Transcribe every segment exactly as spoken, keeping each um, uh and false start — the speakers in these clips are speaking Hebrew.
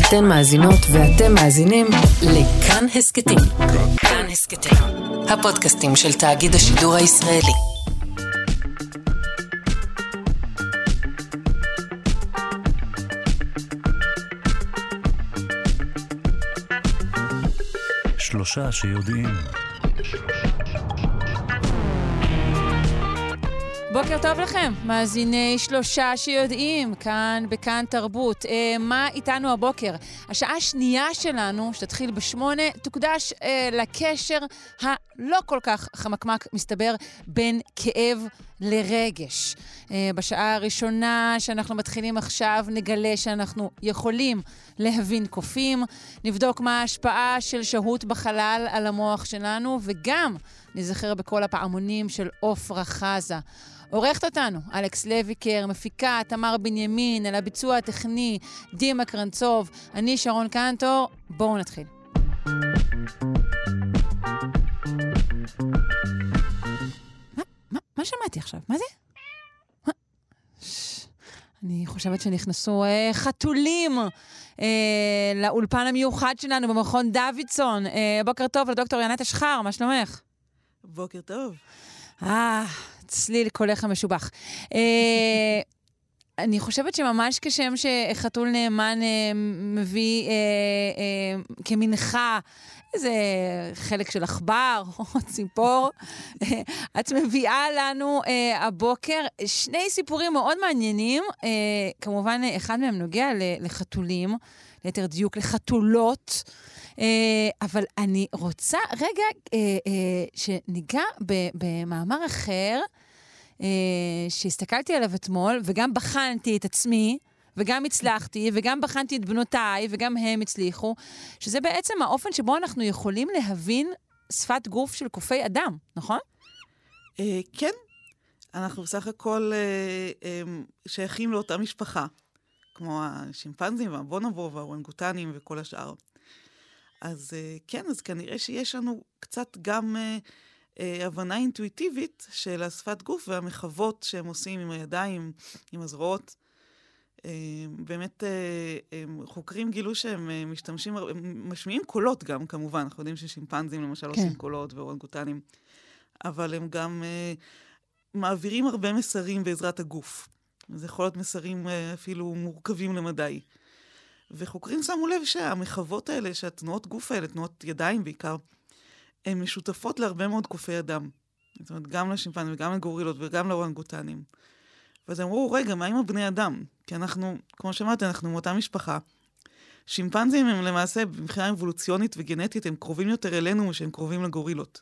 אתן מאזינות ואתם מאזינים לכאן הסקטים. כאן הסקטים, הפודקאסטים של תאגיד השידור הישראלי. שלושה שיודעים. בוקר טוב לכם, מאזיני שלושה שיודעים, כאן בכאן תרבות. אה, מה איתנו הבוקר? השעה השנייה שלנו, שתתחיל בשמונה, תוקדש אה, לקשר הלא כל כך חמקמק, מסתבר, בין כאב לרגש. אה, בשעה הראשונה שאנחנו מתחילים עכשיו, נגלה שאנחנו יכולים להבין קופים, נבדוק מה ההשפעה של שהות בחלל על המוח שלנו, וגם נזכר בכל הפעמונים של עופרה חזה. עורכת אותנו, אלכס לויקר, מפיקה, תמר בנימין, על הביצוע הטכני, דימה קרנצוב, אני שרון קנטור. בואו נתחיל. מה, מה, מה שמעתי עכשיו? מה זה? מה? ש... אני חושבת שנכנסו אה, חתולים אה, לאולפן המיוחד שלנו במכון דוידסון. אה, בוקר טוב לדוקטור ינת אשחר, מה שלומך? בוקר טוב. אה... צליל קולך המשובח. אני חושבת שממש כשם שחתול נאמן מביא כמנחה איזה חלק של אכבר או ציפור, את מביאה לנו הבוקר שני סיפורים מאוד מעניינים. כמובן, אחד מהם נוגע לחתולים, ליתר דיוק לחתולות, אבל אני רוצה רגע שניגע במאמר אחר, שהסתכלתי עליו אתמול, וגם בחנתי את עצמי, וגם הצלחתי, וגם בחנתי את בנותיי, וגם הם הצליחו, שזה בעצם האופן שבו אנחנו יכולים להבין שפת גוף של קופי אדם, נכון? כן, אנחנו בסך הכל שייכים לאותה משפחה, כמו השימפנזים והבונובו והאורנגוטנים וכל השאר. אז כן, אז כנראה שיש לנו קצת גם הבנה אינטואיטיבית של השפת גוף והמחוות שהם עושים עם הידיים, עם הזרועות. באמת חוקרים גילו שהם משתמשים, הם משמיעים קולות גם כמובן, אנחנו יודעים ששימפנזים למשל כן. עושים קולות ואורנגוטנים, אבל הם גם מעבירים הרבה מסרים בעזרת הגוף. זה יכול להיות מסרים אפילו מורכבים למדי. וחוקרים שמו לב שהמחוות האלה, שהתנועות גוף האלה, תנועות ידיים בעיקר, הן משותפות להרבה מאוד קופי אדם. זאת אומרת, גם לשימפנזים וגם לגורילות וגם לאורנגוטנים. ואז אמרו, רגע, מה עם הבני אדם? כי אנחנו, כמו שאמרתי, אנחנו מאותה משפחה. שימפנזים הם למעשה, מבחינה אבולוציונית וגנטית, הם קרובים יותר אלינו שהם קרובים לגורילות.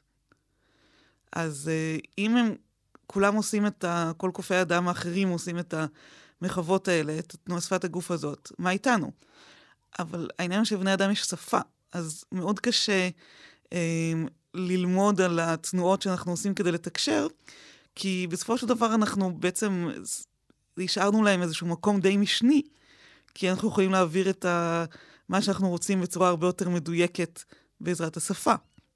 אז אם הם, כולם עושים את ה... כל קופי האדם האחרים עושים את המחוות האלה, את תנועת שפת הגוף הזאת, מה איתנו? אבל העניין שבני אדם יש שפה, אז מאוד קשה אה, ללמוד על התנועות שאנחנו עושים כדי לתקשר, כי בסופו של דבר אנחנו בעצם השארנו להם איזשהו מקום די משני, כי אנחנו יכולים להעביר את ה, מה שאנחנו רוצים בצורה הרבה יותר מדויקת בעזרת השפה.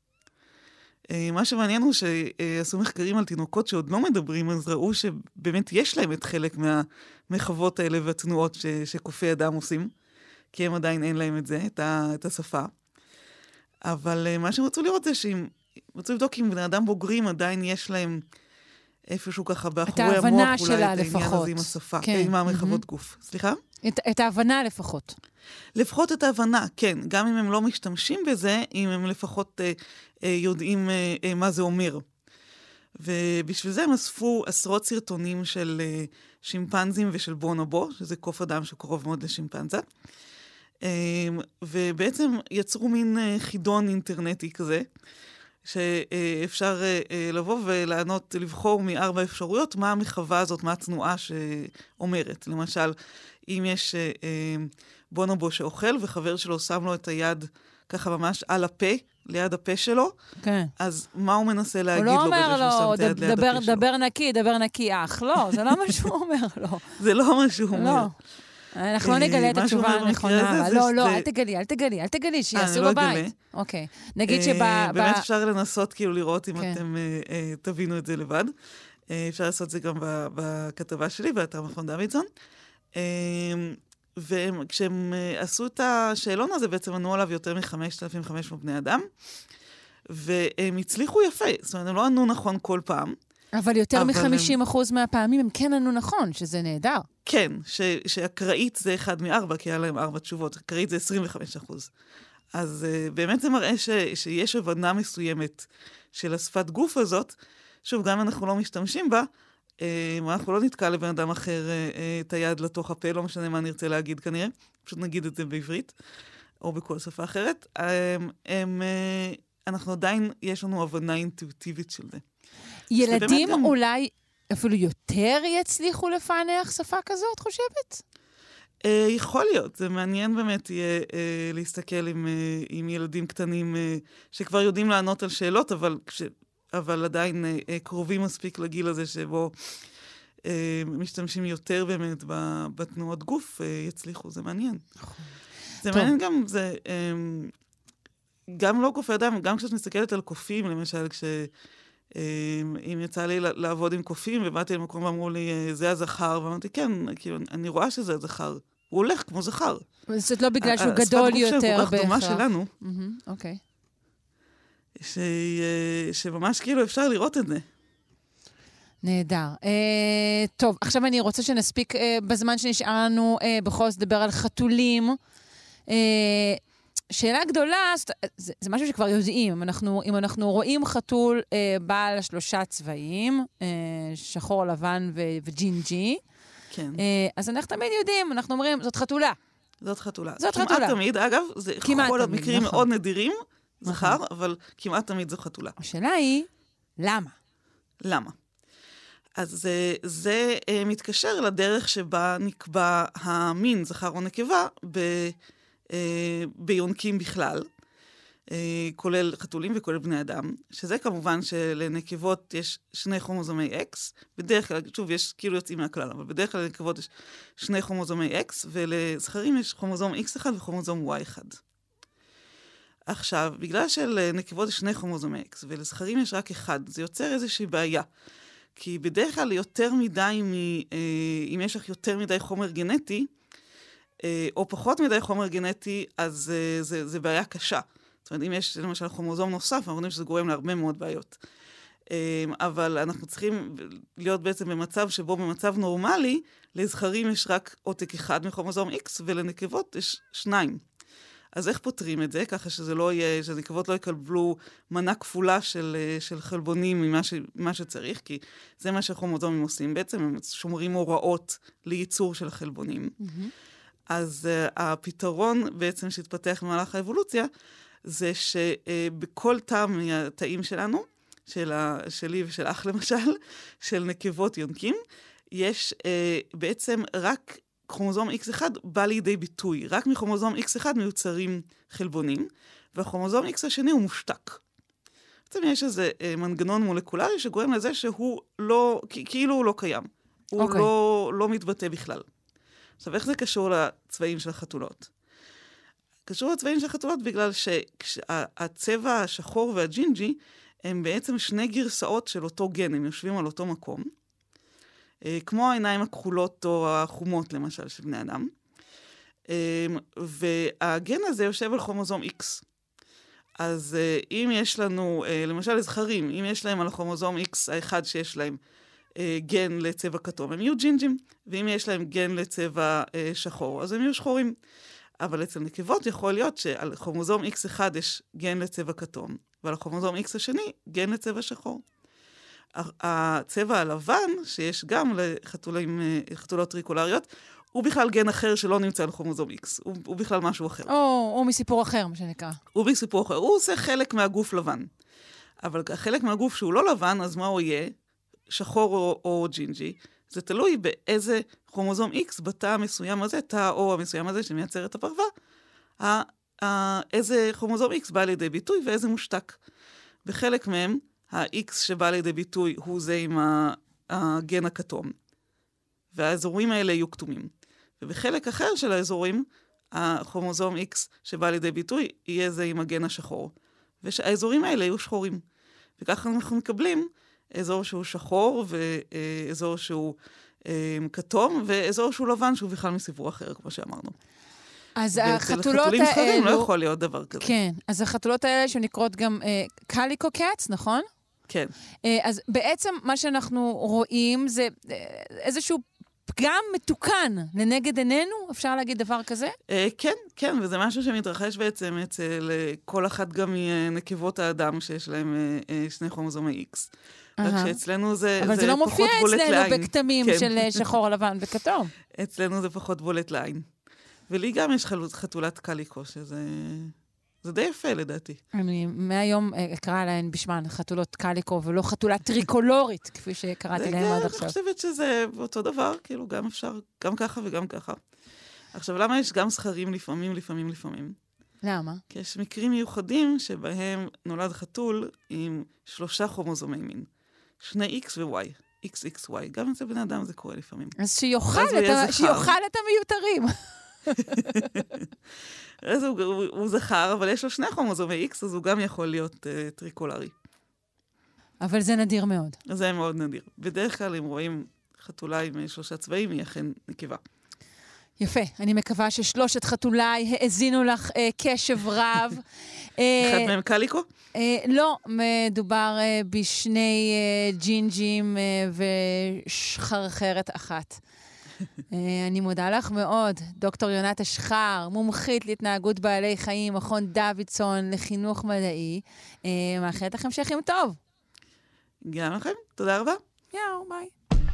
אה, מה שמעניין הוא שעשו מחקרים על תינוקות שעוד לא מדברים, אז ראו שבאמת יש להם את חלק מהמחוות האלה והתנועות ש, שקופי אדם עושים, כי הם עדיין אין להם את זה, את, ה, את השפה. אבל uh, מה שהם רצו לראות זה שהם רצו לבדוק אם בני אדם בוגרים עדיין יש להם איפשהו ככה באחורי המוח, אולי את העניין הזה עם השפה, כן. עם המחוות mm-hmm. גוף. סליחה? את, את ההבנה לפחות. לפחות את ההבנה, כן. גם אם הם לא משתמשים בזה, אם הם לפחות uh, uh, יודעים uh, uh, מה זה אומר. ובשביל זה הם אספו עשרות סרטונים של uh, שימפנזים ושל בונובו, שזה קוף אדם שקרוב מאוד לשימפנזה. ובעצם יצרו מין חידון אינטרנטי כזה, שאפשר לבוא ולענות, לבחור מארבע אפשרויות, מה המחווה הזאת, מה התנועה שאומרת. למשל, אם יש בונובו שאוכל, וחבר שלו שם לו את היד ככה ממש על הפה, ליד הפה שלו, כן. אז מה הוא מנסה להגיד לו? הוא לא אומר לו, דבר, דבר נקי, דבר נקי אח. לא, זה לא מה שהוא אומר לו. זה לא מה שהוא אומר. אנחנו לא נגלה את התשובה הנכונה. לא, לא, אל תגלי, אל תגלי, אל תגלי, שיעשו בבית. אוקיי. נגיד שבא... באמת אפשר לנסות כאילו לראות אם אתם תבינו את זה לבד. אפשר לעשות את זה גם בכתבה שלי, באתר מכון דוידסון. וכשהם עשו את השאלון הזה, בעצם ענו עליו יותר מ-חמשת אלפים וחמש מאות בני אדם, והם הצליחו יפה. זאת אומרת, הם לא ענו נכון כל פעם. אבל יותר מ-חמישים אחוז מהפעמים הם כן ענו נכון, שזה נהדר. כן, שהקראית זה אחד מארבע, כי היה להם ארבע תשובות. הקראית זה עשרים וחמישה אחוז. אז uh, באמת זה מראה ש, שיש הבנה מסוימת של השפת גוף הזאת. שוב, גם אם אנחנו לא משתמשים בה, uh, אנחנו לא נתקע לבן אדם אחר uh, uh, את היד לתוך הפה, לא משנה מה נרצה להגיד כנראה, פשוט נגיד את זה בעברית, או בכל שפה אחרת. Um, um, uh, אנחנו עדיין, יש לנו הבנה אינטואיטיבית של זה. ילדים גם... אולי אפילו יותר יצליחו לפענח שפה כזאת, חושבת? Uh, יכול להיות, זה מעניין באמת יהיה uh, להסתכל עם, uh, עם ילדים קטנים uh, שכבר יודעים לענות על שאלות, אבל, כש, אבל עדיין uh, uh, קרובים מספיק לגיל הזה שבו uh, משתמשים יותר באמת בתנועות גוף, uh, יצליחו, זה מעניין. זה טוב. מעניין גם, זה um, גם לא קופי אדם, גם כשאת מסתכלת על קופים, למשל, כש... אם יצא לי לעבוד עם קופים, ובאתי למקום ואמרו לי, זה הזכר, ואמרתי, כן, כאילו, אני רואה שזה הזכר. הוא הולך כמו זכר. זאת לא בגלל שהוא גדול יותר בהכרח. השפת גוף דומה שלנו. אוקיי. שממש כאילו אפשר לראות את זה. נהדר. טוב, עכשיו אני רוצה שנספיק בזמן שנשאר לנו בכל זאת לדבר על חתולים. שאלה גדולה, זה, זה משהו שכבר יודעים, אם אנחנו, אם אנחנו רואים חתול אה, בעל שלושה צבעים, אה, שחור, לבן ו- וג'ינג'י, כן. אה, אז אנחנו תמיד יודעים, אנחנו אומרים, זאת חתולה. זאת חתולה. זאת כמעט חתולה. תמיד, אגב, זה כל המקרים נכון. מאוד נדירים, זכר, נכון. אבל כמעט תמיד זו חתולה. השאלה היא, למה? למה? אז זה, זה אה, מתקשר לדרך שבה נקבע המין, זכר או נקבה, ב... Uh, ביונקים בכלל, uh, כולל חתולים וכולל בני אדם, שזה כמובן שלנקבות יש שני כרומוזומי X, בדרך כלל, שוב, יש כאילו יוצאים מהכלל, אבל בדרך כלל לנקבות יש שני כרומוזומי X, ולזכרים יש כרומוזום X אחד וכרומוזום Y אחד. עכשיו, בגלל שלנקבות יש שני כרומוזומי X, ולזכרים יש רק אחד, זה יוצר איזושהי בעיה, כי בדרך כלל יותר מדי, מ, uh, אם יש לך יותר מדי חומר גנטי, או פחות מדי חומר גנטי, אז זה, זה בעיה קשה. זאת אומרת, אם יש למשל כרומוזום נוסף, אנחנו יודעים שזה גורם להרבה מאוד בעיות. אבל אנחנו צריכים להיות בעצם במצב שבו במצב נורמלי, לזכרים יש רק עותק אחד מכרומוזום X, ולנקבות יש שניים. אז איך פותרים את זה? ככה שזה לא יהיה, שנקבות לא יקבלו מנה כפולה של, של חלבונים ממה, ש, ממה שצריך, כי זה מה שכרומוזומים עושים בעצם, הם שומרים הוראות לייצור של החלבונים. Mm-hmm. אז uh, הפתרון בעצם שהתפתח במהלך האבולוציה, זה שבכל תא מהתאים שלנו, של ה, שלי ושל אח למשל, של נקבות יונקים, יש uh, בעצם רק כרומוזום X אחד בא לידי ביטוי. רק מכרומוזום X אחד מיוצרים חלבונים, והכרומוזום X השני הוא מושתק. בעצם יש איזה uh, מנגנון מולקולרי שגורם לזה שהוא לא, כאילו הוא לא קיים. הוא okay. לא, לא מתבטא בכלל. עכשיו, איך זה קשור לצבעים של החתולות? קשור לצבעים של החתולות בגלל שהצבע השחור והג'ינג'י הם בעצם שני גרסאות של אותו גן, הם יושבים על אותו מקום, כמו העיניים הכחולות או החומות, למשל, של בני אדם. והגן הזה יושב על כרומוזום X. אז אם יש לנו, למשל לזכרים, אם יש להם על הכרומוזום X האחד שיש להם, גן לצבע כתום, הם יהיו ג'ינג'ים, ואם יש להם גן לצבע אה, שחור, אז הם יהיו שחורים. אבל אצל נקבות יכול להיות שעל כרומוזום X אחד יש גן לצבע כתום, ועל הכרומוזום X השני גן לצבע שחור. הצבע הלבן, שיש גם לחתולים, חתולות טריקולריות, הוא בכלל גן אחר שלא נמצא על כרומוזום X, הוא, הוא בכלל משהו אחר. או, או מסיפור אחר, מה שנקרא. הוא מסיפור אחר, הוא עושה חלק מהגוף לבן. אבל חלק מהגוף שהוא לא לבן, אז מה הוא יהיה? שחור או, או ג'ינג'י, זה תלוי באיזה כרומוזום X בתא המסוים הזה, תא או המסוים הזה שמייצר את הפרווה, ה, ה, איזה כרומוזום X בא לידי ביטוי ואיזה מושתק. בחלק מהם, ה-X שבא לידי ביטוי הוא זה עם הגן הכתום, והאזורים האלה יהיו כתומים. ובחלק אחר של האזורים, הכרומוזום X שבא לידי ביטוי יהיה זה עם הגן השחור, והאזורים האלה יהיו שחורים. וככה אנחנו מקבלים אזור שהוא שחור ואזור שהוא כתום, ואזור שהוא לבן שהוא בכלל מסיפור אחר, כמו שאמרנו. אז החתולות האלו... חתולים זכרים לא יכול להיות דבר כזה. כן, אז החתולות האלה שנקראות גם קליקו קאטס, נכון? כן. אז בעצם מה שאנחנו רואים זה איזשהו פגם מתוקן לנגד עינינו, אפשר להגיד דבר כזה? כן, כן, וזה משהו שמתרחש בעצם אצל כל אחת גם מנקבות האדם שיש להם שני כרומוזומי איקס. רק שאצלנו זה פחות בולט לעין. אבל זה לא מופיע אצלנו בכתמים של שחור, לבן וכתום. אצלנו זה פחות בולט לעין. ולי גם יש חתולת קליקו, שזה... זה די יפה, לדעתי. אני מהיום אקרא להן בשמן חתולות קליקו, ולא חתולה טריקולורית, כפי שקראתי להן עד עכשיו. אני חושבת שזה אותו דבר, כאילו גם אפשר, גם ככה וגם ככה. עכשיו, למה יש גם זכרים לפעמים, לפעמים, לפעמים? למה? כי יש מקרים מיוחדים שבהם נולד חתול עם שלושה כרומוזומי מין. שני X ו-Y. X, X, Y. גם אצל בני אדם זה קורה לפעמים. אז שיוכל את המיותרים. אז הוא, הוא, הוא זכר, אבל יש לו שני כרומוזומי X, אז הוא גם יכול להיות uh, טריקולרי. אבל זה נדיר מאוד. זה מאוד נדיר. בדרך כלל, אם רואים חתולה עם שלושה צבעים, היא אכן נקבה. יפה. אני מקווה ששלושת חתוליי האזינו לך אה, קשב רב. אחד מהם קליקו? אה, לא, מדובר אה, בשני אה, ג'ינג'ים אה, ושחרחרת אחת. אני מודה לך מאוד, דוקטור יונת אשחר, מומחית להתנהגות בעלי חיים, מכון דוידסון לחינוך מדעי. מאחלת לכם המשך טוב. גם לכם, תודה רבה. יאו, ביי.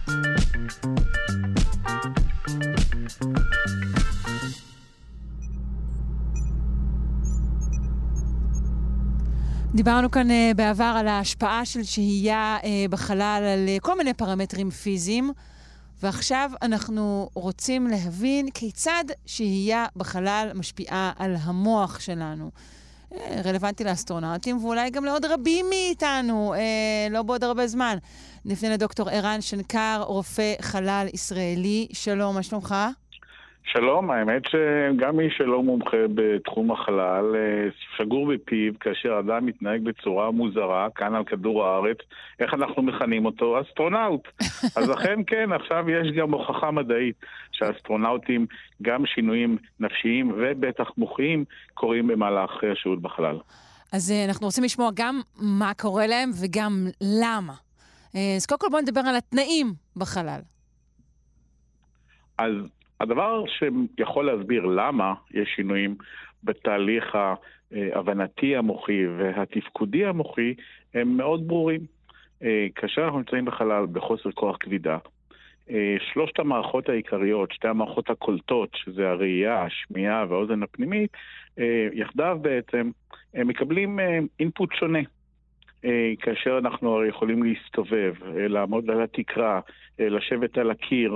דיברנו כאן uh, בעבר על ההשפעה של שהייה uh, בחלל על uh, כל מיני פרמטרים פיזיים, ועכשיו אנחנו רוצים להבין כיצד שהייה בחלל משפיעה על המוח שלנו. רלוונטי לאסטרונאוטים, ואולי גם לעוד רבים מאיתנו, אה, לא בעוד הרבה זמן. נפנה לדוקטור ערן שנקר, רופא חלל ישראלי. שלום, מה שלומך? שלום, האמת שגם מי שלא מומחה בתחום החלל, שגור בפיו כאשר אדם מתנהג בצורה מוזרה, כאן על כדור הארץ, איך אנחנו מכנים אותו? אסטרונאוט. אז לכן כן, עכשיו יש גם הוכחה מדעית שהאסטרונאוטים, גם שינויים נפשיים ובטח מוחיים, קורים במהלך השהות בחלל. אז אנחנו רוצים לשמוע גם מה קורה להם וגם למה. אז קודם כל בואו נדבר על התנאים בחלל. אז הדבר שיכול להסביר למה יש שינויים בתהליך ההבנתי המוחי והתפקודי המוחי הם מאוד ברורים. כאשר אנחנו נמצאים בחלל בחוסר כוח כבידה, שלושת המערכות העיקריות, שתי המערכות הקולטות, שזה הראייה, השמיעה והאוזן הפנימית, יחדיו בעצם מקבלים אינפוט שונה. כאשר אנחנו הרי יכולים להסתובב, לעמוד על התקרה, לשבת על הקיר,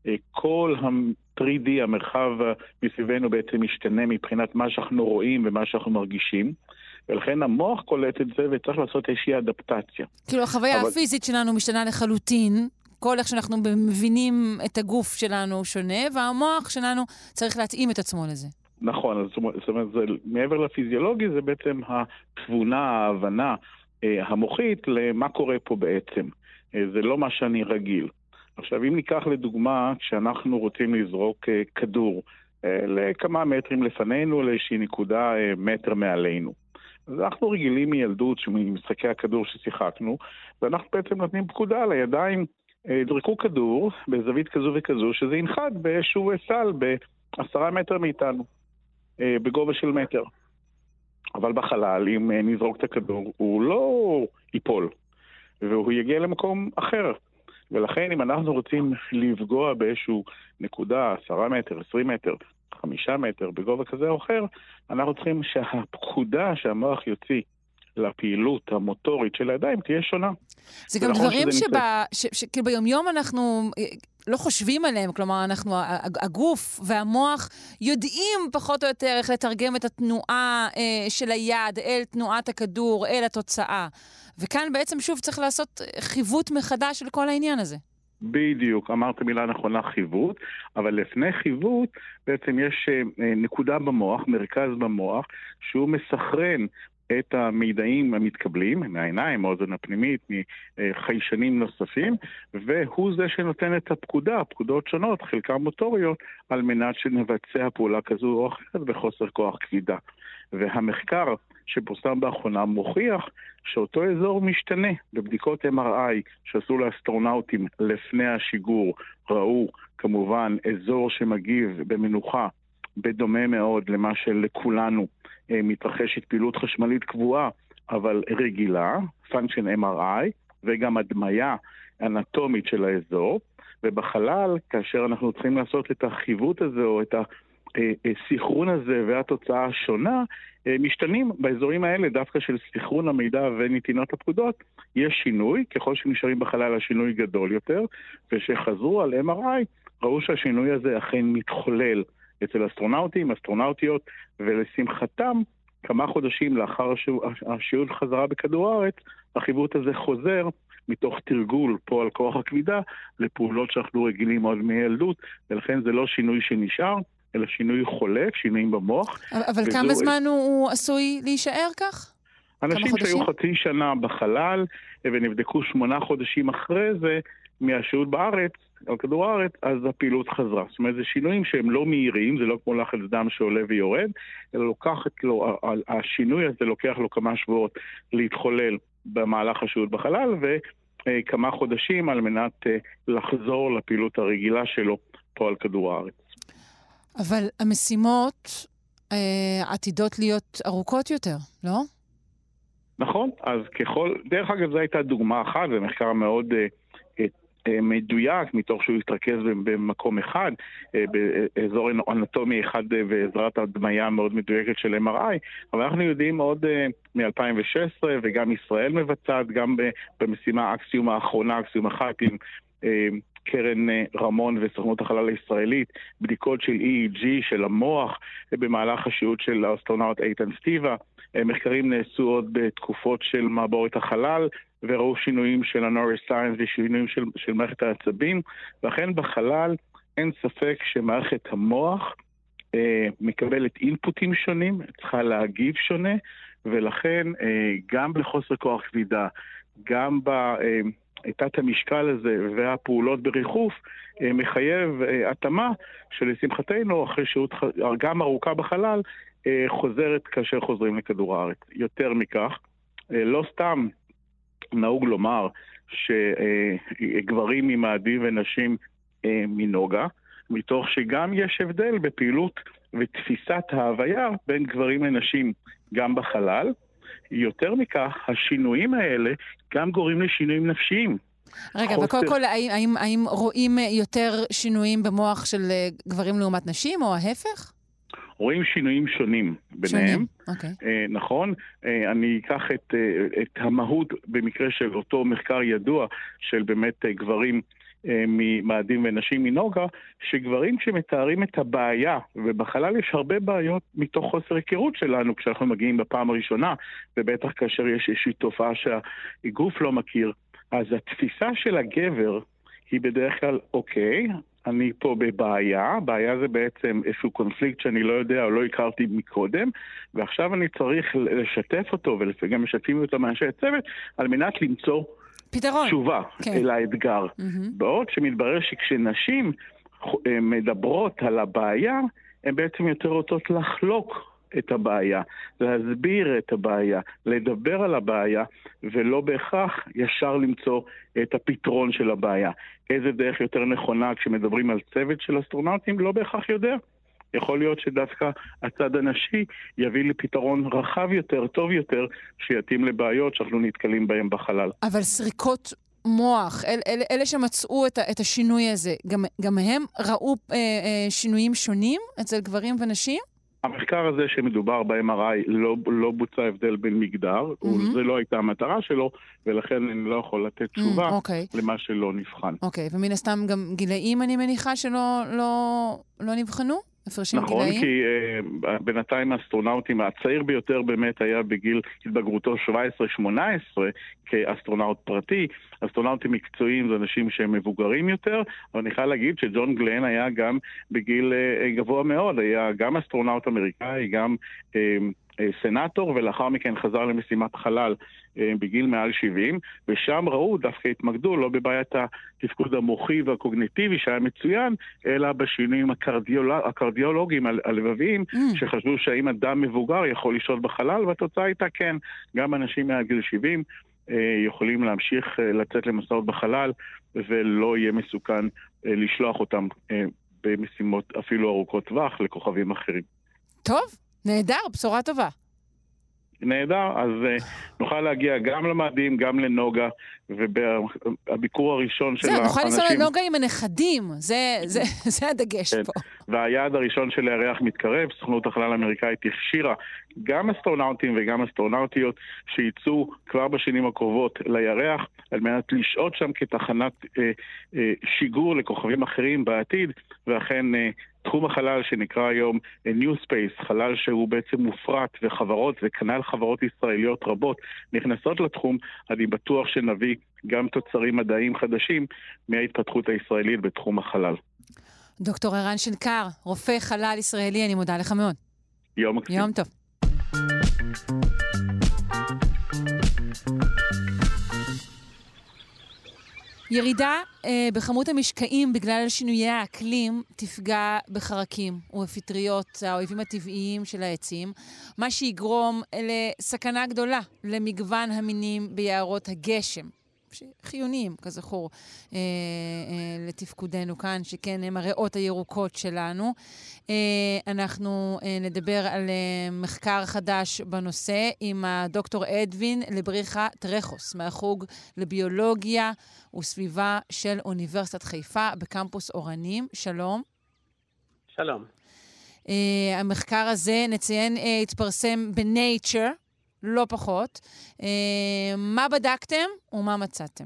כל ה-שלוש די, המרחב מסביבנו בעצם משתנה מבחינת מה שאנחנו רואים ומה שאנחנו מרגישים, ולכן המוח קולט את זה וצריך לעשות איזושהי אדפטציה. כאילו החוויה אבל... הפיזית שלנו משתנה לחלוטין, כל איך שאנחנו מבינים את הגוף שלנו שונה, והמוח שלנו צריך להתאים את עצמו לזה. נכון, זאת אומרת, זה, מעבר לפיזיולוגי זה בעצם התבונה, ההבנה המוחית למה קורה פה בעצם. זה לא מה שאני רגיל. עכשיו, אם ניקח לדוגמה, כשאנחנו רוצים לזרוק כדור לכמה מטרים לפנינו, לאיזושהי נקודה מטר מעלינו. אז אנחנו רגילים מילדות ממשחקי הכדור ששיחקנו, ואנחנו בעצם נותנים פקודה לידיים, דרקו כדור בזווית כזו וכזו, שזה ינחת באיזשהו סל בעשרה מטר מאיתנו, בגובה של מטר. אבל בחלל, אם נזרוק את הכדור, הוא לא ייפול, והוא יגיע למקום אחר. ולכן אם אנחנו רוצים לפגוע באיזשהו נקודה, עשרה מטר, עשרים מטר, חמישה מטר, בגובה כזה או אחר, אנחנו צריכים שהפקודה שהמוח יוציא לפעילות המוטורית של הידיים תהיה שונה. זה גם דברים שביומיום אנחנו לא חושבים עליהם, כלומר אנחנו, הגוף והמוח יודעים פחות או יותר איך לתרגם את התנועה של היד אל תנועת הכדור, אל התוצאה. וכאן בעצם שוב צריך לעשות חיווט מחדש של כל העניין הזה. בדיוק, אמרת מילה נכונה, חיווט, אבל לפני חיווט בעצם יש נקודה במוח, מרכז במוח, שהוא מסחרן את המידעים המתקבלים מהעיניים, מהאוזן הפנימית, מחיישנים נוספים, והוא זה שנותן את הפקודה, פקודות שונות, חלקן מוטוריות, על מנת שנבצע פעולה כזו או אחרת בחוסר כוח כבידה. והמחקר שפורסם באחרונה מוכיח שאותו אזור משתנה. בבדיקות אם אר איי שעשו לאסטרונאוטים לפני השיגור, ראו כמובן אזור שמגיב במנוחה, בדומה מאוד למה שלכולנו מתרחשת פעילות חשמלית קבועה, אבל רגילה, פונקשן אם אר איי, וגם הדמיה אנטומית של האזור, ובחלל, כאשר אנחנו צריכים לעשות את החיווט הזה, או את הסיכרון הזה והתוצאה השונה, משתנים באזורים האלה, דווקא של סיכרון המידע ונתינת הפקודות, יש שינוי, ככל שנשארים בחלל השינוי גדול יותר, ושחזרו על אם אר איי, ראו שהשינוי הזה אכן מתחולל אצל אסטרונאוטים, אסטרונאוטיות, ולשמחתם, כמה חודשים לאחר השהות חזרה בכדור הארץ, החיווט הזה חוזר מתוך תרגול פה על כוח הכבידה, לפעולות שאנחנו רגילים עוד מילדות, ולכן זה לא שינוי שנשאר, אלא שינוי חולף, שינויים במוח. אבל כמה זמן הוא עשוי להישאר כך? אנשים שהיו חצי שנה בחלל, ונבדקו שמונה חודשים אחרי זה, מהשהות בארץ, על כדור הארץ, אז הפעילות חזרה. זאת אומרת, זה שינויים שהם לא מהירים, זה לא כמו לחץ דם שעולה ויורד, אלא לוקחת לו, השינוי הזה לוקח לו כמה שבועות להתחולל במהלך השהות בחלל, וכמה חודשים על מנת לחזור לפעילות הרגילה שלו פה על כדור הארץ. אבל המשימות אה, עתידות להיות ארוכות יותר, לא? נכון, אז ככל, דרך אגב זו הייתה דוגמה אחת, זה מחקר מאוד אה, אה, מדויק, מתוך שהוא התרכז במקום אחד, אה, באזור אנטומי אחד אה, בעזרת הדמיה מאוד מדויקת של אם אר איי, אבל אנחנו יודעים עוד אה, מ-אלפיים ושש עשרה, וגם ישראל מבצעת, גם במשימה אקסיום האחרונה, אקסיום אחת עם אה, קרן רמון וסוכנות החלל הישראלית, בדיקות של אי אי ג'י, של המוח, במהלך השהות של האסטרונאוט איתן סטיבה. מחקרים נעשו עוד בתקופות של מעבורת החלל, וראו שינויים של הנוירוסיינס ושינויים של, של מערכת העצבים, ואכן בחלל אין ספק שמערכת המוח אה, מקבלת אינפוטים שונים, צריכה להגיב שונה, ולכן אה, גם בחוסר כוח כבידה, גם ב... אה, תת המשקל הזה והפעולות בריחוף מחייב התאמה שלשמחתנו אחרי שהות גם ארוכה בחלל חוזרת כאשר חוזרים לכדור הארץ. יותר מכך, לא סתם נהוג לומר שגברים ממאדים ונשים מנוגה, מתוך שגם יש הבדל בפעילות ותפיסת ההוויה בין גברים לנשים גם בחלל. יותר מכך, השינויים האלה גם גורמים לשינויים נפשיים. רגע, חוסר... וקודם כל, האם, האם, האם רואים יותר שינויים במוח של גברים לעומת נשים, או ההפך? רואים שינויים שונים ביניהם. שונים, אוקיי. אה, נכון, אה, אני אקח את, אה, את המהות במקרה של אותו מחקר ידוע של באמת אה, גברים ממאדים ונשים מנוגה, שגברים כשמתארים את הבעיה, ובחלל יש הרבה בעיות מתוך חוסר היכרות שלנו כשאנחנו מגיעים בפעם הראשונה, ובטח כאשר יש איזושהי תופעה שהגוף לא מכיר, אז התפיסה של הגבר היא בדרך כלל, אוקיי, אני פה בבעיה, בעיה זה בעצם איזשהו קונפליקט שאני לא יודע או לא הכרתי מקודם, ועכשיו אני צריך לשתף אותו, וגם משתפים אותו מאנשי הצוות, על מנת למצוא פתרון. תשובה כן. אל האתגר. Mm-hmm. בעוד שמתברר שכשנשים מדברות על הבעיה, הן בעצם יותר רוצות לחלוק את הבעיה, להסביר את הבעיה, לדבר על הבעיה, ולא בהכרח ישר למצוא את הפתרון של הבעיה. איזה דרך יותר נכונה כשמדברים על צוות של אסטרונאוטים, לא בהכרח יודע. יכול להיות שדווקא הצד הנשי יביא לפתרון רחב יותר, טוב יותר, שיתאים לבעיות שאנחנו נתקלים בהם בחלל. אבל סריקות מוח, אל, אל, אלה שמצאו את, את השינוי הזה, גם, גם הם ראו אה, אה, שינויים שונים אצל גברים ונשים? המחקר הזה שמדובר ב-אם אר איי לא, לא בוצע הבדל בין מגדר, mm-hmm. זה לא הייתה המטרה שלו, ולכן אני לא יכול לתת תשובה mm, okay. למה שלא נבחן. אוקיי, okay. ומן הסתם גם גילאים אני מניחה שלא לא, לא נבחנו? נכון, גילאים? כי uh, בינתיים האסטרונאוטים, הצעיר ביותר באמת היה בגיל התבגרותו שבע עשרה שמונה עשרה כאסטרונאוט פרטי. אסטרונאוטים מקצועיים זה אנשים שהם מבוגרים יותר, אבל אני חייב להגיד שג'ון גלן היה גם בגיל uh, גבוה מאוד, היה גם אסטרונאוט אמריקאי, גם uh, סנאטור, ולאחר מכן חזר למשימת חלל בגיל מעל שבעים, ושם ראו, דווקא התמקדו, לא בבעיית התפקוד המוחי והקוגניטיבי שהיה מצוין, אלא בשינויים הקרדיולוג, הקרדיולוגיים הלבביים, mm. שחשבו שהאם אדם מבוגר יכול לשהות בחלל, והתוצאה הייתה כן, גם אנשים מעל גיל שבעים יכולים להמשיך לצאת למסעות בחלל, ולא יהיה מסוכן לשלוח אותם במשימות אפילו ארוכות טווח לכוכבים אחרים. טוב, נהדר, בשורה טובה. נהדר, אז uh, נוכל להגיע גם למאדים, גם לנוגה, והביקור הראשון של האנשים... זה, נוכל לנסוע לנוגה עם הנכדים, זה, זה, זה הדגש כן. פה. והיעד הראשון של הירח מתקרב, סוכנות החלל האמריקאית הכשירה גם אסטרונאוטים וגם אסטרונאוטיות שיצאו כבר בשנים הקרובות לירח, על מנת לשהות שם כתחנת אה, אה, שיגור לכוכבים אחרים בעתיד, ואכן... אה, תחום החלל שנקרא היום New Space, חלל שהוא בעצם מופרט, וחברות וכנ"ל חברות ישראליות רבות נכנסות לתחום, אני בטוח שנביא גם תוצרים מדעיים חדשים מההתפתחות הישראלית בתחום החלל. דוקטור ערן שנקר, רופא חלל ישראלי, אני מודה לך מאוד. יום מקסים. יום טוב. ירידה אה, בכמות המשקעים בגלל שינויי האקלים תפגע בחרקים ובפטריות, האויבים הטבעיים של העצים, מה שיגרום לסכנה גדולה למגוון המינים ביערות הגשם, שחיוניים, כזכור, אה, אה, לתפקודנו כאן, שכן הם הריאות הירוקות שלנו. אה, אנחנו אה, נדבר על אה, מחקר חדש בנושא עם הדוקטור אדווין לבריחה טרחוס, מהחוג לביולוגיה וסביבה של אוניברסיטת חיפה בקמפוס אורנים. שלום. שלום. Uh, המחקר הזה, נציין, uh, התפרסם ב-Nature, לא פחות. Uh, מה בדקתם ומה מצאתם?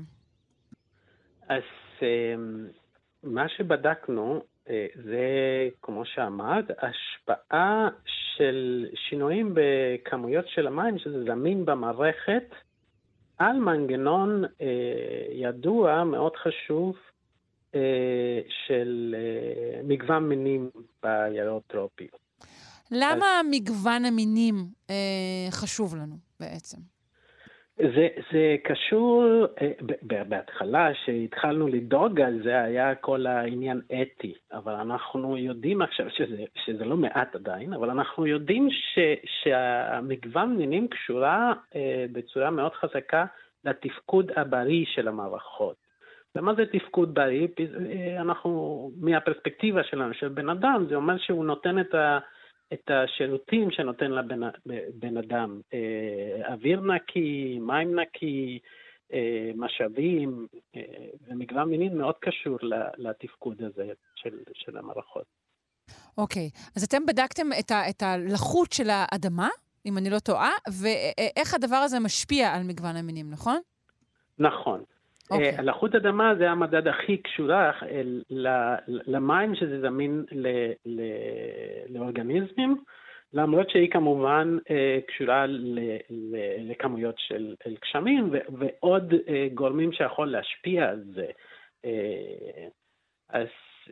אז uh, מה שבדקנו uh, זה, כמו שאמרת, השפעה של שינויים בכמויות של המים, שזה זמין במערכת, על מנגנון אה, ידוע מאוד חשוב אה, של אה, מגוון מינים ביערות טרופיות. למה אז... מגוון המינים אה, חשוב לנו בעצם? זה, זה קשור, אה, ב- בהתחלה שהתחלנו לדאוג על זה היה כל העניין אתי, אבל אנחנו יודעים עכשיו שזה, שזה לא מעט עדיין, אבל אנחנו יודעים ש, שהמגוון מינים קשורה אה, בצורה מאוד חזקה לתפקוד הבריא של המערכות. ומה זה תפקוד בריא? אנחנו, מהפרספקטיבה שלנו, של בן אדם, זה אומר שהוא נותן את ה... את השירותים שנותן לבן בן אדם, אה, אוויר נקי, מים נקי, אה, משאבים, אה, ומגוון מינים מאוד קשור לתפקוד הזה של, של המערכות. אוקיי, אז אתם בדקתם את, ה, את הלחות של האדמה, אם אני לא טועה, ואיך הדבר הזה משפיע על מגוון המינים, נכון? נכון. Okay. הלחות אדמה זה המדד הכי קשורה למים שזה זמין לאורגניזמים, למרות שהיא כמובן קשורה לכמויות של גשמים ועוד גורמים שיכול להשפיע על זה. אז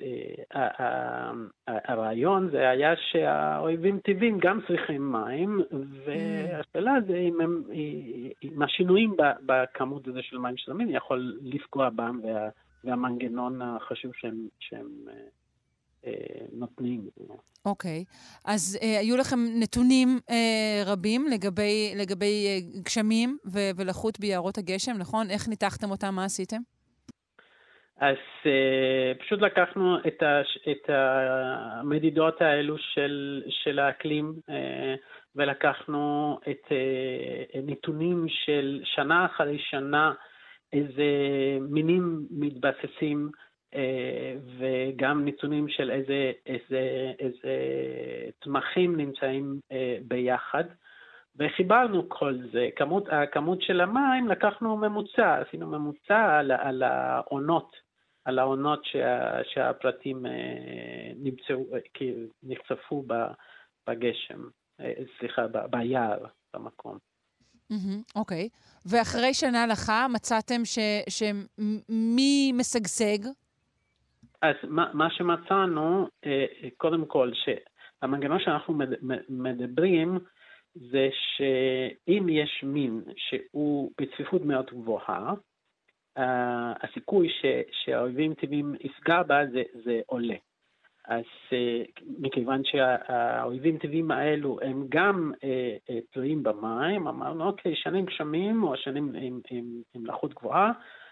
הרעיון זה היה שהאויבים טבעיים גם צריכים מים, והשאלה זה אם השינויים בכמות הזה של מים שזמין יכול לפגוע בהם, והמנגנון החשוב שהם נותנים. אוקיי, אז היו לכם נתונים רבים לגבי גשמים ולחות ביערות הגשם, נכון? איך ניתחתם אותם? מה עשיתם? אז uh, פשוט לקחנו את, הש, את המדידות האלו של, של האקלים, uh, ולקחנו את uh, נתונים של שנה אחרי שנה, איזה מינים מתבססים, uh, וגם נתונים של איזה, איזה, איזה צמחים נמצאים uh, ביחד, וחיברנו כל זה. כמות, הכמות של המים, לקחנו ממוצע, עשינו ממוצע על, על העונות. על העונות שה, שהפרטים אה, נמצאו, כי נחשפו בגשם, אה, סליחה, ב, ביער, במקום. אוקיי. Mm-hmm, okay. ואחרי שנה לך מצאתם ש, שמי משגשג? אז מה, מה שמצאנו, אה, קודם כל, שהמנגנון שאנחנו מדברים, זה שאם יש מין שהוא בצפיפות מאוד גבוהה, הסיכוי שהאויבים טבעיים יפגע בה זה, זה עולה. אז מכיוון שהאויבים טבעיים האלו הם גם תלויים במים, אמרנו, אוקיי, שנים גשמים או שנים עם, עם, עם לחות גבוהה,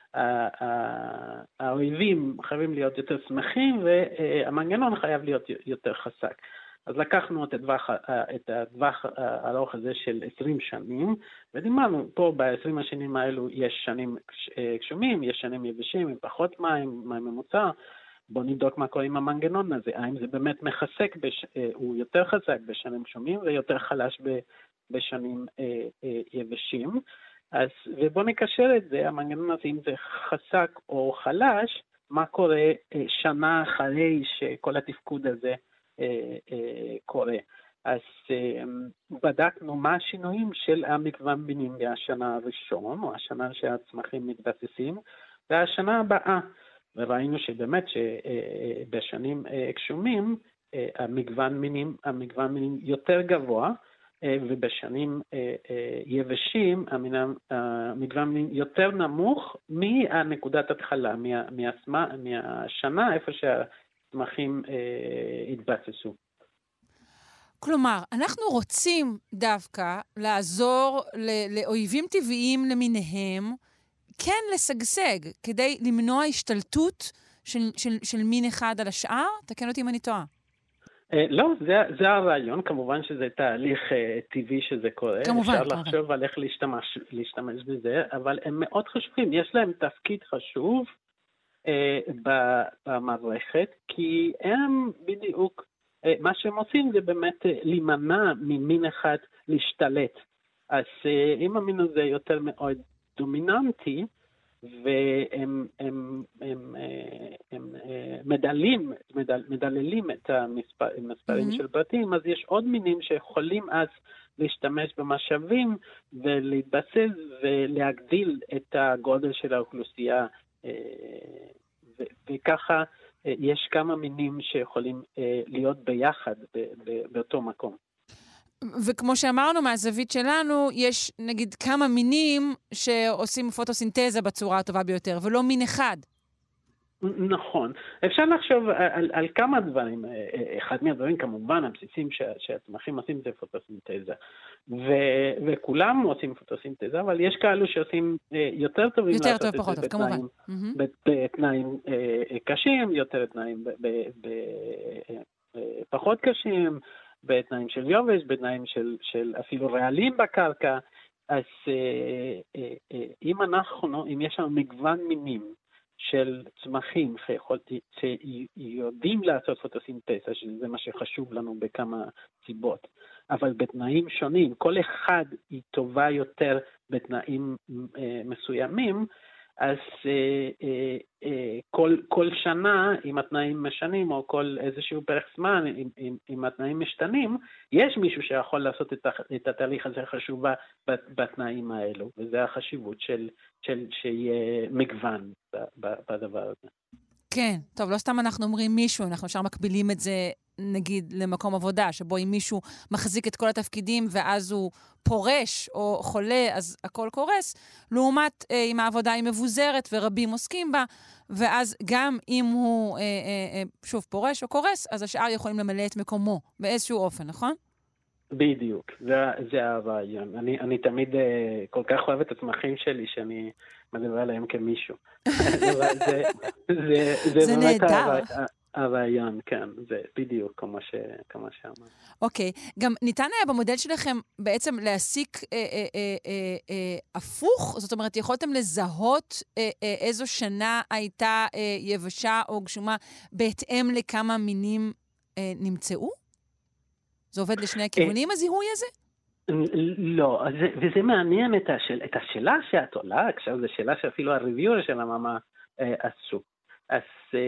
האויבים חייבים להיות יותר שמחים והמנגנון חייב להיות יותר חזק. אז לקחנו את הטווח, את הטווח הארוך הזה של עשרים שנים, ודיברנו, פה ב-עשרים השנים האלו יש שנים גשומים, יש שנים יבשים, עם פחות מים, מים ממוצע. בואו נבדוק מה קורה עם המנגנון הזה, האם זה באמת מחזק, בש... הוא יותר חזק בשנים גשומים ויותר חלש בשנים יבשים. אז, ובואו נקשר את זה, המנגנון הזה, אם זה חזק או חלש, מה קורה שנה אחרי שכל התפקוד הזה קורה. אז בדקנו מה השינויים של המגוון מינים מהשנה הראשון, או השנה שהצמחים מתבססים, והשנה הבאה. וראינו שבאמת שבשנים גשומים, המגוון מינים, המגוון מינים יותר גבוה, ובשנים יבשים, המגוון מינים יותר נמוך מהנקודת התחלה, מהשנה איפה שהצמחים התבססו. כלומר, אנחנו רוצים דווקא לעזור לאויבים טבעיים למיניהם, כן לשגשג, כדי למנוע השתלטות של, של, של מין אחד על השאר? תקן אותי אם אני טועה. לא, זה, זה הרעיון, כמובן שזה תהליך טבעי שזה קורה. כמובן, אפשר כמובן. לחשוב על איך להשתמש, להשתמש בזה, אבל הם מאוד חשובים, יש להם תפקיד חשוב אה, במערכת, כי הם בדיוק, אה, מה שהם עושים זה באמת אה, להימנע ממין אחד להשתלט. אז אה, אם המין הזה יותר מאוד דומיננטי, והם הם, הם, הם, הם מדלים, מדל, מדללים את המספר, המספרים mm-hmm. של פרטים, אז יש עוד מינים שיכולים אז להשתמש במשאבים ולהתבסס ולהגדיל את הגודל של האוכלוסייה, ו, וככה יש כמה מינים שיכולים להיות ביחד באותו מקום. וכמו שאמרנו, מהזווית שלנו, יש נגיד כמה מינים שעושים פוטוסינתזה בצורה הטובה ביותר, ולא מין אחד. נכון. אפשר לחשוב על, על כמה דברים. אחד מהדברים, כמובן, הבסיסים שהצמחים עושים זה פוטוסינתזה. ו, וכולם עושים פוטוסינתזה, אבל יש כאלו שעושים יותר טובים יותר לעשות טוב, פחות טוב, כמובן. בתנאים קשים, יותר תנאים פחות קשים, בתנאים של יובש, בתנאים של, של אפילו רעלים בקרקע. אז אה, אה, אה, אם אנחנו, אם יש לנו מגוון מינים של צמחים שיודעים לעשות פוטוסינתזה, שזה מה שחשוב לנו בכמה סיבות, אבל בתנאים שונים, כל אחד היא טובה יותר בתנאים אה, מסוימים, אז אה, אה, אה, כל, כל שנה, אם התנאים משנים, או כל איזשהו פרק זמן, אם, אם, אם התנאים משתנים, יש מישהו שיכול לעשות את, את התהליך הזה חשובה בתנאים האלו, וזה החשיבות של, של שיהיה מגוון בדבר הזה. כן, טוב, לא סתם אנחנו אומרים מישהו, אנחנו אפשר מקבילים את זה, נגיד, למקום עבודה, שבו אם מישהו מחזיק את כל התפקידים, ואז הוא פורש או חולה, אז הכל קורס, לעומת אה, אם העבודה היא מבוזרת ורבים עוסקים בה, ואז גם אם הוא, אה, אה, אה, שוב, פורש או קורס, אז השאר יכולים למלא את מקומו באיזשהו אופן, נכון? בדיוק, זה, זה הרעיון. אני, אני תמיד uh, כל כך אוהב את הצמחים שלי, שאני מדבר עליהם כמישהו. זה, זה, זה, זה, זה נהדר. הרעיון, כן, זה בדיוק כמו, ש, כמו שאמר. אוקיי, גם ניתן היה במודל שלכם בעצם להסיק אה, אה, אה, אה, אה, הפוך? זאת אומרת, יכולתם לזהות אה, אה, איזו שנה הייתה אה, יבשה או גשומה בהתאם לכמה מינים אה, נמצאו? זה עובד לשני הכיוונים, הזיהוי הזה? לא, וזה מעניין את, השאל, את השאלה שאת עולה, עכשיו זו שאלה שאפילו הריוויור של המאמה עשו. אז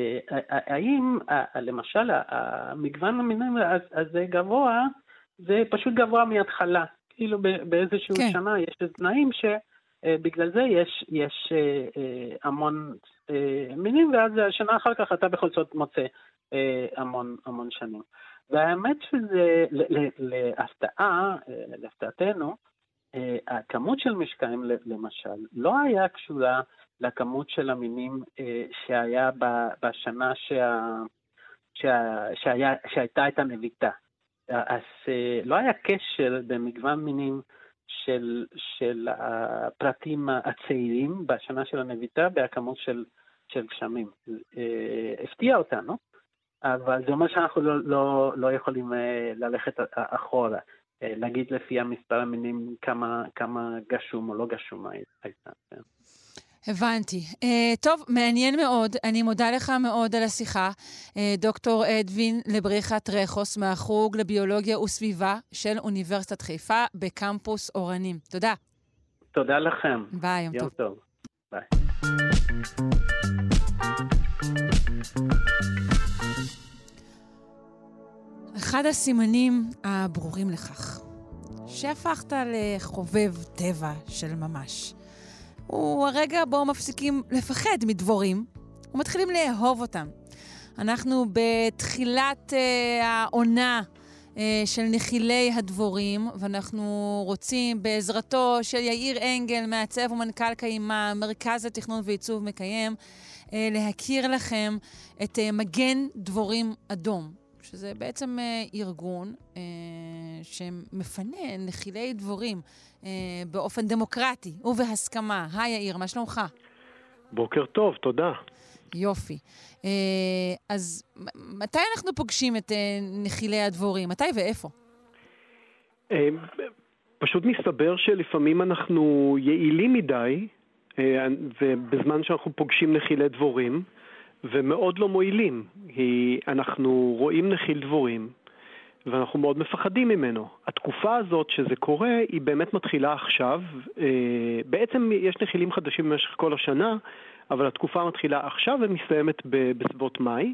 האם, למשל, המגוון המינים הזה גבוה, זה פשוט גבוה מההתחלה. כאילו באיזשהו כן. שנה יש תנאים שבגלל זה יש, יש המון מינים, ואז השנה אחר כך אתה בכל זאת מוצא המון, המון שנים. והאמת שזה, להפתעה, להפתעתנו, הכמות של משקעים למשל לא היה קשורה לכמות של המינים שהיה בשנה שה, שה, שהיה, שהייתה את הנביטה. אז לא היה קשר במגוון מינים של, של הפרטים הצעירים בשנה של הנביטה בהכמות של, של גשמים. הפתיע אותנו, אבל זה אומר שאנחנו לא, לא, לא יכולים ללכת אחורה. להגיד לפי המספר המינים כמה, כמה גשום או לא גשום הייתה. הבנתי. Uh, טוב, מעניין מאוד. אני מודה לך מאוד על השיחה. Uh, דוקטור אדווין לבריחת רחוס מהחוג לביולוגיה וסביבה של אוניברסיטת חיפה בקמפוס אורנים. תודה. תודה לכם. ביי, יום, יום טוב. טוב. ביי. אחד הסימנים הברורים לכך, שהפכת לחובב טבע של ממש, הוא הרגע בו מפסיקים לפחד מדבורים ומתחילים לאהוב אותם. אנחנו בתחילת uh, העונה uh, של נחילי הדבורים, ואנחנו רוצים בעזרתו של יאיר אנגל, מעצב ומנכ"ל קיימה, מרכז לתכנון ועיצוב מקיים, uh, להכיר לכם את uh, מגן דבורים אדום, שזה בעצם uh, ארגון uh, שמפנה נחילי דבורים uh, באופן דמוקרטי ובהסכמה. היי יאיר, מה שלומך? בוקר טוב, תודה. יופי. Uh, אז מתי אנחנו פוגשים את uh, נחילי הדבורים? מתי ואיפה? Uh, פשוט מסתבר שלפעמים אנחנו יעילים מדי, uh, ובזמן שאנחנו פוגשים נחילי דבורים, ומאוד לא מועילים. היא, אנחנו רואים נחיל דבורים, ואנחנו מאוד מפחדים ממנו. התקופה הזאת שזה קורה, היא באמת מתחילה עכשיו. בעצם יש נחילים חדשים במשך כל השנה, אבל התקופה מתחילה עכשיו ומסתיימת בסביבות מאי.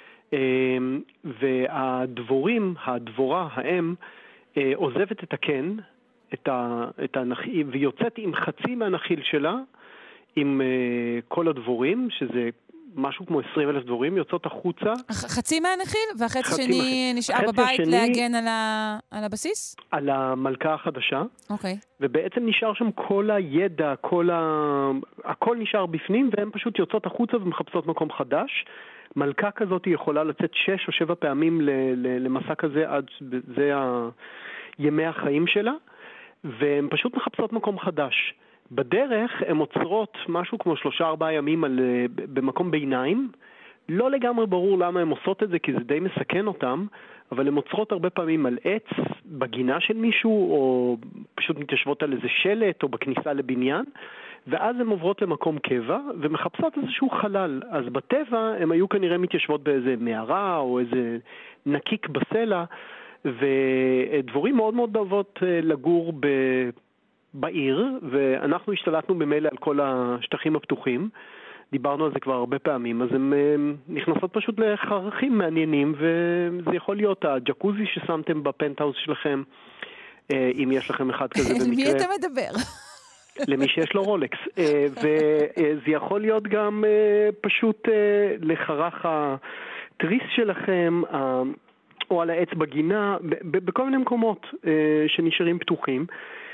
והדבורים, הדבורה, האם, עוזבת את הקן, את ה, את הנחיל, ויוצאת עם חצי מהנחיל שלה, עם כל הדבורים, שזה משהו כמו עשרים אלף דבורים, יוצאות החוצה. חצי מהנחיל? והחצי שני נשאר בבית להגן על, ה... על הבסיס? על המלכה החדשה. אוקיי. ובעצם נשאר שם כל הידע, כל ה... הכל נשאר בפנים, והן פשוט יוצאות החוצה ומחפשות מקום חדש. מלכה כזאת יכולה לצאת שש או שבע פעמים ל... ל... למסע כזה, עד זה ה... ימי החיים שלה, והן פשוט מחפשות מקום חדש. בדרך הן עוצרות משהו כמו שלושה ארבעה ימים על, במקום ביניים. לא לגמרי ברור למה הן עושות את זה, כי זה די מסכן אותם, אבל הן עוצרות הרבה פעמים על עץ, בגינה של מישהו, או פשוט מתיישבות על איזה שלט, או בכניסה לבניין, ואז הן עוברות למקום קבע, ומחפשות איזשהו חלל. אז בטבע הן היו כנראה מתיישבות באיזה מערה, או איזה נקיק בסלע, ודבורים מאוד מאוד אוהבות לגור ב... בעיר, ואנחנו השתלטנו במילא על כל השטחים הפתוחים, דיברנו על זה כבר הרבה פעמים, אז הן נכנסות פשוט לחרכים מעניינים, וזה יכול להיות הג'קוזי ששמתם בפנטהאוס שלכם, אם יש לכם אחד כזה במקרה. למי אתה מדבר? למי שיש לו רולקס. וזה יכול להיות גם פשוט לחרך התריס שלכם, או על העץ בגינה, בכל מיני מקומות שנשארים פתוחים,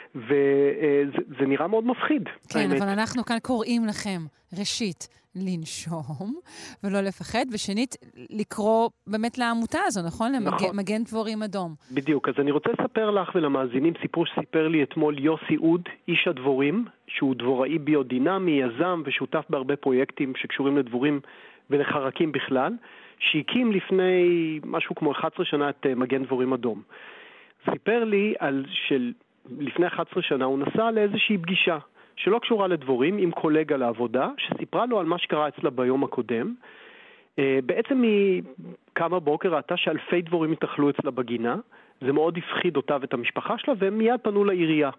וזה נראה מאוד מפחיד. כן, האמת. אבל אנחנו כאן קוראים לכם, ראשית, לנשום, ולא לפחד, ושנית, לקרוא באמת לעמותה הזו, נכון? נכון. למגן דבורים אדום. בדיוק, אז אני רוצה לספר לך ולמאזינים סיפור שסיפר לי אתמול יוסי אוד, איש הדבורים, שהוא דבוראי ביודינמי, יזם ושותף בהרבה פרויקטים שקשורים לדבורים ולחרקים בכלל, שהקים לפני משהו כמו אחת עשרה שנה את מגן דבורים אדום. סיפר לי על של... לפני אחת עשרה שנה הוא נסע לאיזושהי פגישה שלא קשורה לדבורים עם קולגה לעבודה, שסיפרה לו על מה שקרה אצלה ביום הקודם. בעצם היא קמה בוקר, ראתה שאלפי דבורים התאכלו אצלה בגינה, זה מאוד הפחיד אותה ואת המשפחה שלה, והם מיד פנו לעירייה.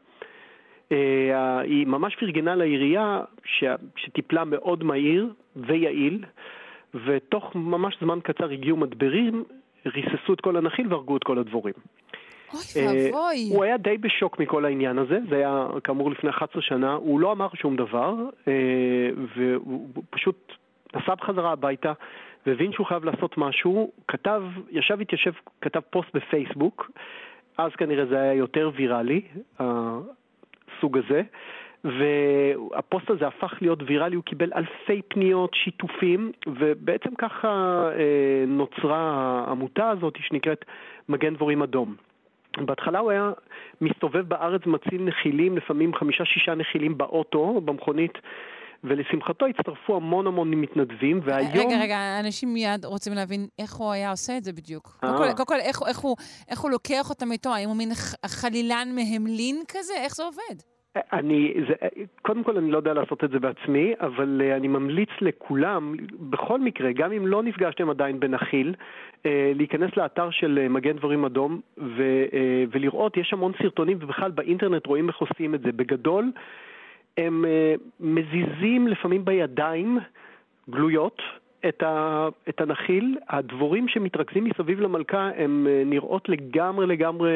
היא ממש פרגנה לעירייה שטיפלה מאוד מהיר ויעיל, ותוך ממש זמן קצר הגיעו מדברים, ריססו את כל הנחיל והרגו את כל הדבורים. אוי ואבוי. הוא היה די בשוק מכל העניין הזה, זה היה כאמור לפני אחת עשרה שנה, הוא לא אמר שום דבר, והוא פשוט נסע בחזרה הביתה, והבין שהוא חייב לעשות משהו, כתב, ישב התיישב, כתב פוסט בפייסבוק, אז כנראה זה היה יותר ויראלי, הסוג הזה, והפוסט הזה הפך להיות ויראלי, הוא קיבל אלפי פניות, שיתופים, ובעצם ככה נוצרה העמותה הזאת שנקראת מגן דבורים אדום. בהתחלה הוא היה מסתובב בארץ, מציל נחילים, לפעמים חמישה שישה נחילים באוטו, במכונית, ולשמחתו הצטרפו המון המון מתנדבים, והיום... רגע, רגע, אנשים מיד רוצים להבין איך הוא היה עושה את זה בדיוק. קודם כל, קודם כל איך, איך, הוא, איך הוא לוקח אותם איתו? האם הוא מין חלילן מהמלין כזה? איך זה עובד? אני, זה, קודם כל אני לא יודע לעשות את זה בעצמי, אבל אני ממליץ לכולם, בכל מקרה, גם אם לא נפגשתם עדיין בנחיל, להיכנס לאתר של מגן דבורים אדום ו, ולראות, יש המון סרטונים, ובכלל באינטרנט רואים איך עושים את זה. בגדול, הם מזיזים לפעמים בידיים גלויות את, ה, את הנחיל. הדבורים שמתרכזים מסביב למלכה, הם נראות לגמרי לגמרי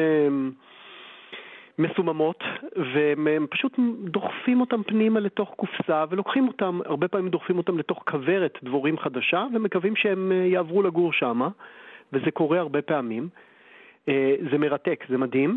מסוממות, והם פשוט דוחפים אותם פנימה לתוך קופסה, ולוקחים אותם, הרבה פעמים דוחפים אותם לתוך כברת דבורים חדשה, ומקווים שהם יעברו לגור שם, וזה קורה הרבה פעמים. זה מרתק, זה מדהים.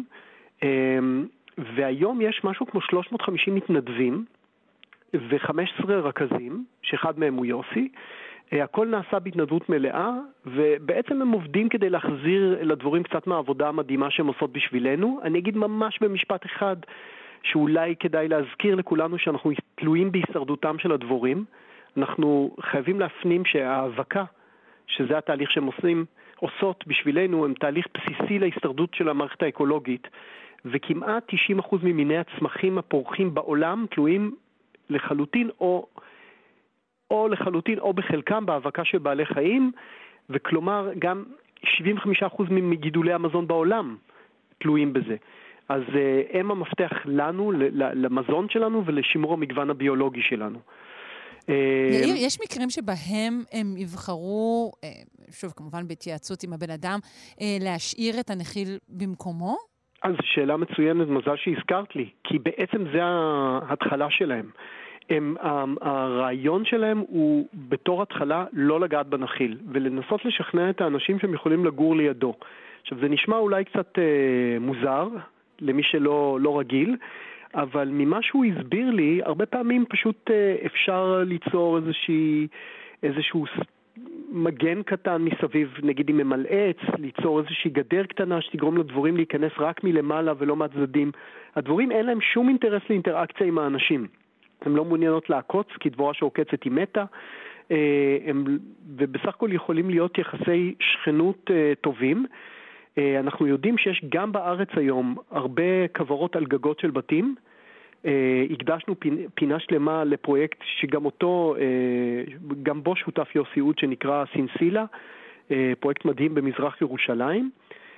והיום יש משהו כמו שלוש מאות וחמישים מתנדבים, ו-חמישה עשר רכזים, שאחד מהם הוא יוסי. הכל נעשה בהתנדבות מלאה, ובעצם הם עובדים כדי להחזיר לדבורים קצת מהעבודה המדהימה שהם עושות בשבילנו. אני אגיד ממש במשפט אחד, שאולי כדאי להזכיר לכולנו שאנחנו תלויים בהישרדותם של הדבורים. אנחנו חייבים להפנים שההאבקה, שזה התהליך שהם עושים, עושות בשבילנו, הם תהליך בסיסי להישרדות של המערכת האקולוגית, וכמעט תשעים אחוז ממיני הצמחים הפורחים בעולם תלויים לחלוטין או או לחלוטין או בחלקם בהאבקה של בעלי חיים, וכלומר גם שבעים וחמישה אחוז מגידולי המזון בעולם תלויים בזה. אז הם המפתח לנו, למזון שלנו ולשימור המגוון הביולוגי שלנו. יאיר, יש מקרים שבהם הם יבחרו, שוב כמובן בהתייעצות עם הבן אדם, להשאיר את הנחיל במקומו? אז שאלה מצוינת, מזל שהזכרת לי, כי בעצם זה ההתחלה שלהם. הם, הרעיון שלהם הוא בתור התחלה לא לגעת בנחיל, ולנסות לשכנע את האנשים שהם יכולים לגור לידו. עכשיו זה נשמע אולי קצת אה, מוזר, למי שלא לא רגיל, אבל ממה שהוא הסביר לי, הרבה פעמים פשוט אה, אפשר ליצור איזושהי, איזשהו מגן קטן מסביב, נגיד עם ממלעץ, ליצור איזושהי גדר קטנה שתגרום לדבורים להיכנס רק מלמעלה ולא מהצדדים. הדבורים אין להם שום אינטרס לאינטראקציה עם האנשים. הן לא מעוניינות לעקוץ, כי דבורה שעוקצת היא מתה, הם, ובסך הכל יכולים להיות יחסי שכנות טובים. אנחנו יודעים שיש גם בארץ היום הרבה כברות על גגות של בתים. הקדשנו פינה שלמה לפרויקט שגם אותו, גם בו שותף יוסי אוד שנקרא סינסילה, פרויקט מדהים במזרח ירושלים.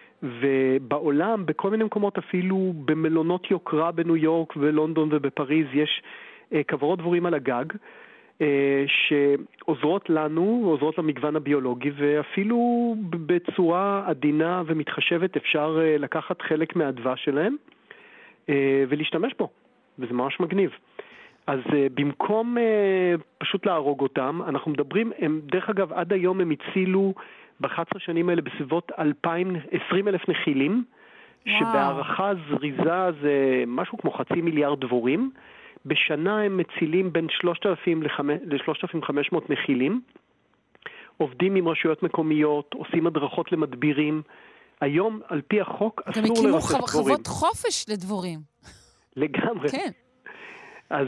ובעולם, בכל מיני מקומות, אפילו במלונות יוקרה בניו יורק ולונדון ובפריז, יש כברות דבורים על הגג, שעוזרות לנו, עוזרות למגוון הביולוגי, ואפילו בצורה עדינה ומתחשבת אפשר לקחת חלק מהדבש שלהם, ולהשתמש בו, וזה ממש מגניב. אז במקום פשוט להרוג אותם, אנחנו מדברים, הם, דרך אגב, עד היום הם הצילו ב-אחת עשרה שנים האלה בסביבות עשרים אלף נחילים, שבהערכה זריזה זה משהו כמו חצי מיליארד דבורים. בשנה הם מצילים בין שלושת אלפים ל-שלושת אלפים וחמש מאות נחילים, עובדים עם רשויות מקומיות, עושים הדרכות למדבירים. היום, על פי החוק, אסור לרצות דבורים. גם הקימו חוות חופש לדבורים. לגמרי. כן. אז,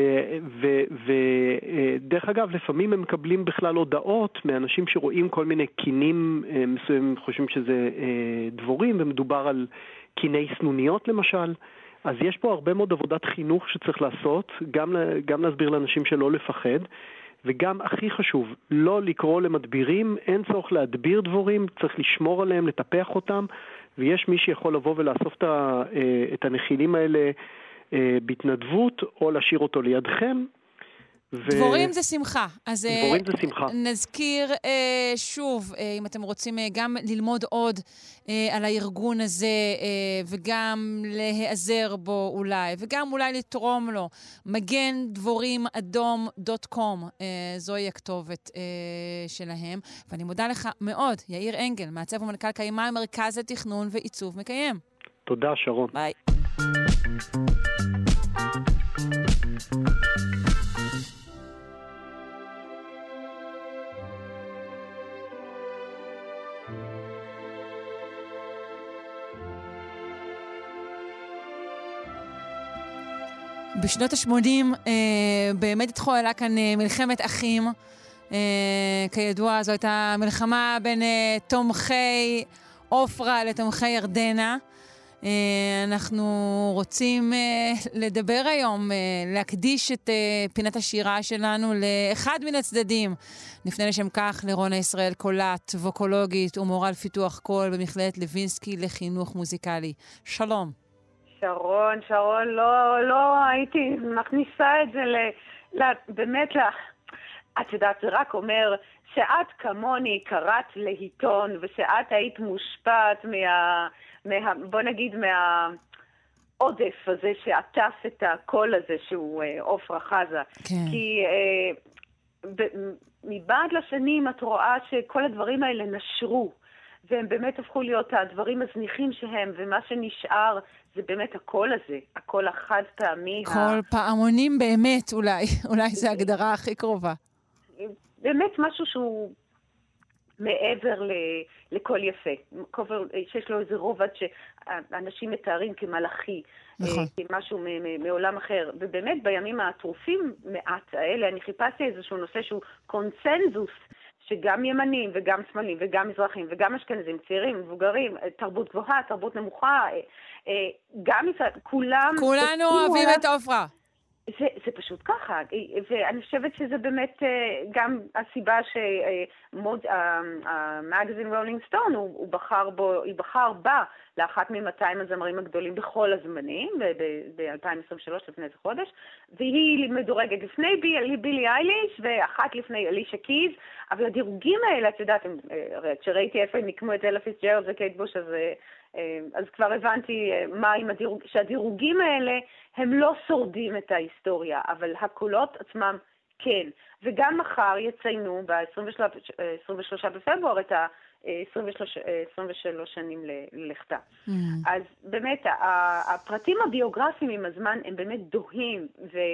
ודרך אגב, לפעמים הם מקבלים בכלל הודעות מאנשים שרואים כל מיני קינים מסוימים, חושבים שזה דבורים, ומדובר על קיני סנוניות למשל. אז יש פה הרבה מאוד עבודת חינוך שצריך לעשות, גם, גם להסביר לאנשים שלא לפחד, וגם הכי חשוב, לא לקרוא למדבירים, אין צורך להדביר דבורים, צריך לשמור עליהם, לטפח אותם, ויש מי שיכול לבוא ולאסוף את הנחילים האלה בהתנדבות, או להשאיר אותו לידכם, דבורים זה שמחה. אז דבורים זה שמחה. נזכיר אה, שוב, אה, אם אתם רוצים אה, גם ללמוד עוד אה, על הארגון הזה, אה, וגם להיעזר בו אולי, וגם אולי לתרום לו, מגן דבורים אדום דוט קום, אה, זוהי הכתובת אה, שלהם. ואני מודה לך מאוד, יאיר אנגל, מעצב ומנכ"ל קיימה, מרכז התכנון ועיצוב מקיים. תודה, שרון. ביי. בשנות ה-שמונים אה, באמת התחוללה כאן אה, מלחמת אחים. אה, כידוע, זו הייתה מלחמה בין אה, תומכי אופרה לתומכי ירדנה. אה, אנחנו רוצים אה, לדבר היום, אה, להקדיש את אה, פינת השירה שלנו לאחד מן הצדדים. נפנה לשם כך לרונה ישראל קולט, ווקולוגית ומורה על פיתוח קול במכללת לוינסקי לחינוך מוזיקלי. שלום. שרון, שרון, לא, לא הייתי מכניסה את זה ל, ל, באמת, ל, את יודעת, זה רק אומר שאת כמוני קראת לעיתון, ושאת היית מושפעת מה, מה בוא נגיד, מהעודף הזה שעטף את הקול הזה שהוא עופרה חזה. כן. כי אה, ב, מבעד לשנים את רואה שכל הדברים האלה נשרו, והם באמת הפכו להיות הדברים הזניחים שהם, ומה שנשאר זה באמת הקול הזה, הקול החד פעמי. קול ה... פעמונים באמת אולי, אולי זו ההגדרה הכי קרובה. באמת משהו שהוא מעבר ל... לקול יפה. קובר, שיש לו איזה רובד שאנשים מתארים כמלאכי, נכון. כמשהו מ... מ... מעולם אחר. ובאמת בימים הטרופים מעט האלה, אני חיפשתי איזשהו נושא שהוא קונצנזוס, שגם ימנים וגם שמאלים וגם מזרחים וגם אשכנזים, צעירים, מבוגרים, תרבות גבוהה, תרבות נמוכה, גם כולם... כולנו אוהבים את עופרה. זה, זה פשוט ככה, ואני חושבת שזה באמת גם הסיבה שהמגזין רולינג סטון, הוא בחר בו, היא בחר בה לאחת מ-מאתיים הזמרים הגדולים בכל הזמנים, ב-אלפיים עשרים ושלוש לפני איזה חודש, והיא מדורגת לפני בילי אייליש, ואחת לפני אלישה קיז, אבל הדירוגים האלה, את יודעת, כשראיתי איפה הם נקמו את אלה פיצג'רלד וקייט בוש, אז... אז כבר הבנתי מה עם הדירוג, שהדירוגים האלה הם לא שורדים את ההיסטוריה, אבל הקולות עצמם כן. וגם מחר יציינו ב-עשרים ושלושה בפברואר את ה-עשרים ושלוש שנים ללכתה. Mm. אז באמת, הפרטים הביוגרפיים עם הזמן הם באמת דוהים,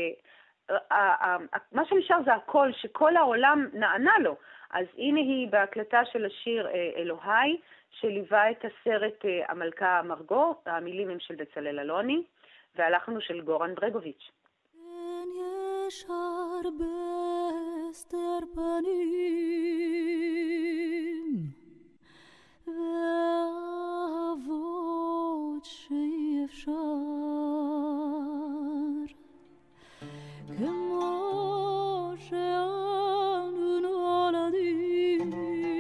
ומה שנשאר זה הקול שכל העולם נענה לו. אז הנה היא בהקלטה של השיר אלוהי, שליווה את הסרט המלכה מרגו, המילים הם של בצלאל אלוני, והלחנו של גורן ברגוביץ'. יש הרבה הסתר פנים, ואהבות שאי אפשר, כמו שאנו נולדים,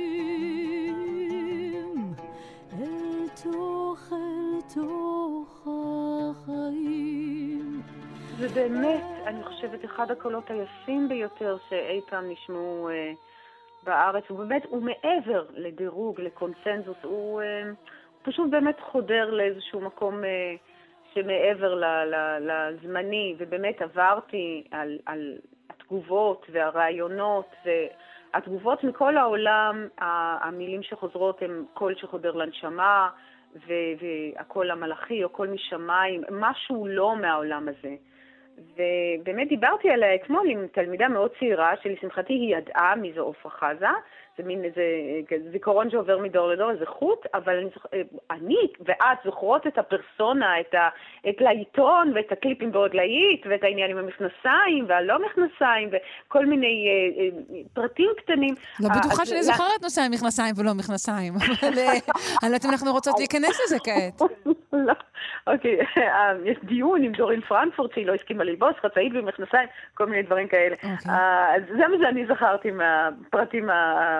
אל תוך אל תוך החיים. ובאמת, אני חושבת, אחד הקולות היפים ביותר שאי פעם נשמעו אה, בארץ, הוא באמת, הוא מעבר לדירוג, לקונסנזוס, הוא, אה, הוא פשוט באמת חודר לאיזשהו מקום אה, שמעבר ל, ל, לזמני, ובאמת עברתי על, על התגובות והרעיונות, והתגובות מכל העולם, המילים שחוזרות הם קול שחודר לנשמה, והקול המלאכי או קול משמיים, משהו לא מהעולם הזה. ובאמת דיברתי עליה אתמול עם תלמידה מאוד צעירה, שלשמחתי היא ידעה מי זו עופרה חזה, זה מין איזה זיכרון שעובר מדור לדור, איזה חוט, אבל אני, אני ואת זוכרות את הפרסונה, את, ה, את לעיתון ואת הקליפים בעוד להיט, ואת העניין עם המכנסיים והלא מכנסיים, וכל מיני אה, אה, פרטים קטנים. לא בטוחה שאני זוכרת נושא המכנסיים ולא מכנסיים, אבל אני לא יודעת אם אנחנו רוצות להיכנס לזה כעת. לא, אוקיי, יש דיון עם דורין פרנקפורט שהיא לא הסכימה ללבוס, חצאית ומכנסיים, כל מיני דברים כאלה. אז זה מה שאני זכרתי מהפרטים ה...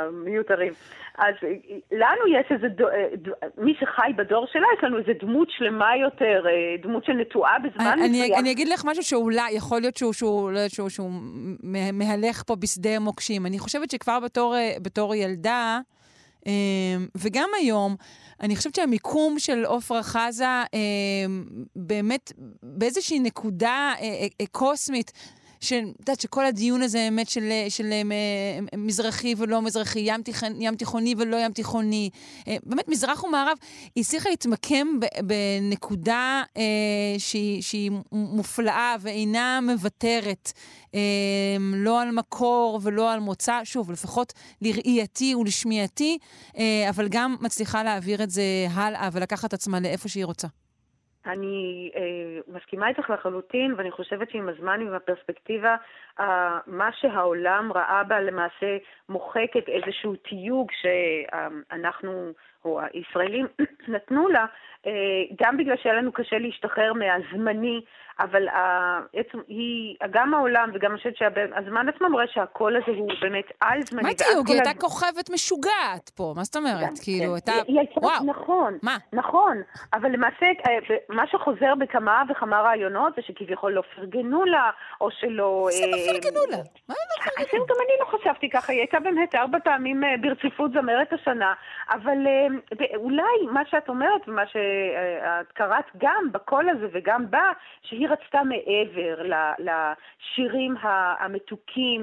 המיותרים. אז לנו יש איזה, מי שחי בדור שלה, יש לנו איזה דמות שלמה יותר, דמות שנטועה בזמן מסוים. אני אגיד לך משהו שאולי, יכול להיות שהוא מהלך פה בשדה מוקשים. אני חושבת שכבר בתור ילדה, וגם היום, אני חושבת שהמיקום של עופרה חזה באמת באיזושהי נקודה קוסמית, שדעת שכל הדיון הזה האמת של, של מזרחי ולא מזרחי, ים, תיכון, ים תיכוני ולא ים תיכוני, באמת מזרח ומערב, היא צריכה להתמקם בנקודה שהיא, שהיא מופלאה ואינה מבטרת, לא על מקור ולא על מוצא, שוב, לפחות לראייתי ולשמיעתי, אבל גם מצליחה להעביר את זה הלאה ולקחת עצמה לאיפה שהיא רוצה. אני אה, מסכימה איתך לחלוטין, ואני חושבת שעם הזמן, עם הפרספקטיבה, אה, מה שהעולם ראה בה למעשה מוחקת איזשהו תיוג שאנחנו, או הישראלים, נתנו לה, אה, גם בגלל שהיה לנו קשה להשתחרר מהזמני, אבל עצם, היא, גם העולם וגם אני חושבת שהזמן עצמו מראה שהקול הזה הוא באמת על זמני. מה תיוג? היא הייתה כוכבת משוגעת פה, מה זאת אומרת? כאילו, הייתה... וואו. נכון, מה? נכון, אבל למעשה, מה שחוזר בכמה וכמה רעיונות זה שכביכול לא פרגנו לה, או שלא... זה לא פרגנו לה. מה לא פרגנו? גם אני לא חשבתי ככה, היא הייתה באמת ארבע פעמים ברציפות זמרת השנה, אבל אולי מה שאת אומרת ומה שאת קראת גם בקול הזה וגם בה, שהיא רצתה מעבר לשירים המתוקים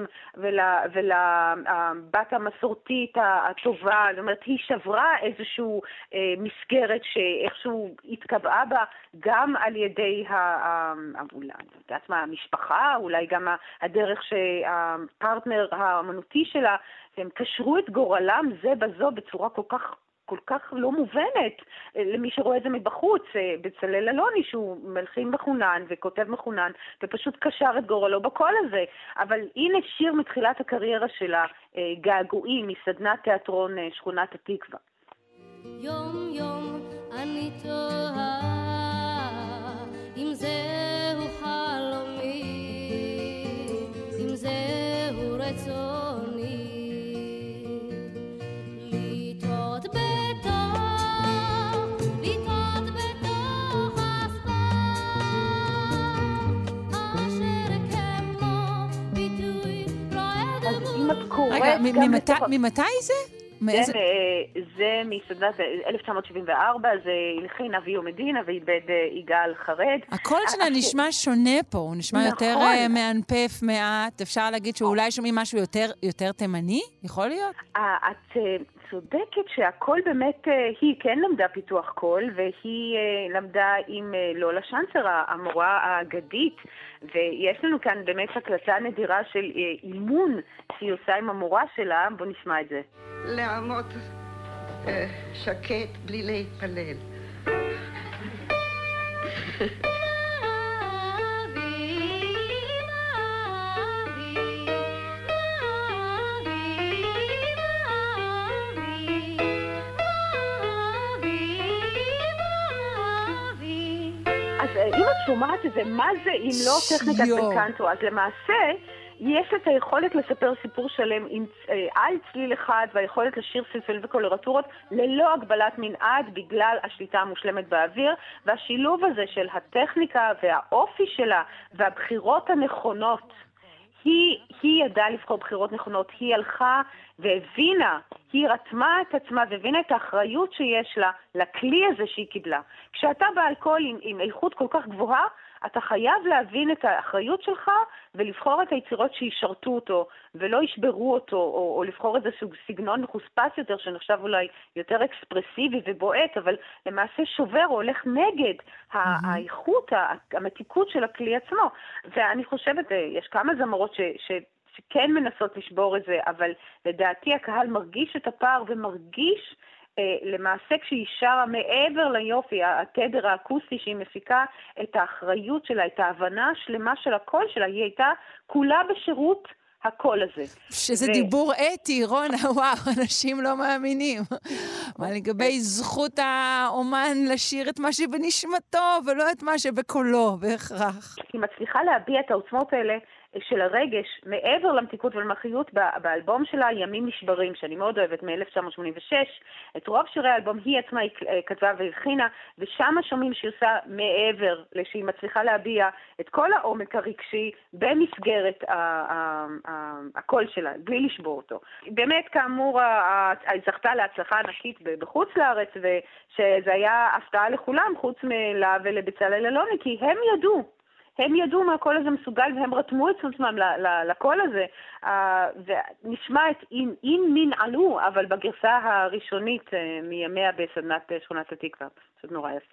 ולבת המסורתית הטובה, זאת אומרת, היא שברה איזשהו מסגרת שאיכשהו התקבעה בה גם על ידי המשפחה, אולי גם הדרך שהפרטנר האמנותי שלה, הם קשרו את גורלם זה בזו בצורה כל כך כל כך לא מובנת למי שרואה את זה מבחוץ. בצלאל אלוני שהוא מלחין מחונן וכותב מחונן ופשוט קשר את גורלו בקול הזה. אבל הנה שיר מתחילת הקריירה שלה, געגועים מסדנת תיאטרון שכונת התקווה. יום יום אני תוהה אם זהו חלומי, אם זהו רצוני רגע, ממתי זה? זה מסדנת אלף תשע מאות שבעים וארבע, זה הלחין אביו מדינה ואיבד יגאל חרד. הקול שלה נשמע שונה פה, הוא נשמע יותר מאנפף מעט, אפשר להגיד שאולי שומעים משהו יותר תימני? יכול להיות? את צודקת שהקול באמת, היא כן למדה פיתוח קול, והיא למדה עם לולה שנצר, המורה האגדית, ויש לנו כאן באמת הקלטה נדירה של אימון שהיא עושה עם המורה שלה. בוא נשמע את זה. לעמוד אה, שקט בלי להתפלל. אז אם את שומעת את זה, מה זה אם לא טכניקת בלקנטו? אז למעשה יש את היכולת לספר סיפור שלם עם, אה, על צליל אחד, והיכולת לשיר פלפל וקולורטורות ללא הגבלת מנעד בגלל השליטה המושלמת באוויר, והשילוב הזה של הטכניקה והאופי שלה והבחירות הנכונות, היא, היא ידעה לבחור בחירות נכונות, היא הלכה והבינה, היא רתמה את עצמה והבינה את האחריות שיש לה לכלי הזה שהיא קיבלה. כשאתה בעל קול עם, עם איכות כל כך גבוהה, אתה חייב להבין את האחריות שלך ולבחור את היצירות שישרתו אותו ולא ישברו אותו, או, או לבחור איזשהו סגנון מחוספס יותר שנחשב אולי יותר אקספרסיבי ובועט, אבל למעשה שובר או הולך נגד mm-hmm. האיכות, המתיקות של הכלי עצמו. ואני חושבת, יש כמה זמרות ש... ש שכן מנסות לשבור את זה, אבל לדעתי הקהל מרגיש את הפער ומרגיש למעשה כשהיא שרה מעבר ליופי, התדר האקוסטי שהיא מפיקה, את האחריות שלה, את ההבנה השלמה של הקול שלה, היא הייתה כולה בשירות הקול הזה. שזה ו... דיבור אתי, רונה, וואו, אנשים לא מאמינים. מה לגבי זכות האומן לשיר את מה שבנשמתו, ולא את מה שבקולו, בהכרח. היא מצליחה להביע את העוצמות האלה של הרגש, מעבר למתיקות ולמחיות, באלבום שלה ימים נשברים, שאני מאוד אוהבת, מ-אלף תשע מאות שמונים ושש, את רוב שירי האלבום היא עצמה כתבה והלחינה, ושם שומעים שהיא עושה מעבר, שהיא מצליחה להביע את כל העומק הרגשי במסגרת הקול שלה, בלי לשבור אותו. באמת, כאמור, היא זכתה להצלחה ענקית בחוץ לארץ, ושזה היה הפתעה לכולם, חוץ מלה ולבצלאל אלוני, כי הם ידעו, הם ידעו מה הקול הזה מסוגל, והם רתמו את עצמם לקול הזה, ונשמע את אם מין עלו, אבל בגרסה הראשונית מימיה בסדנת שכונת התקווה. פשוט נורא יפה.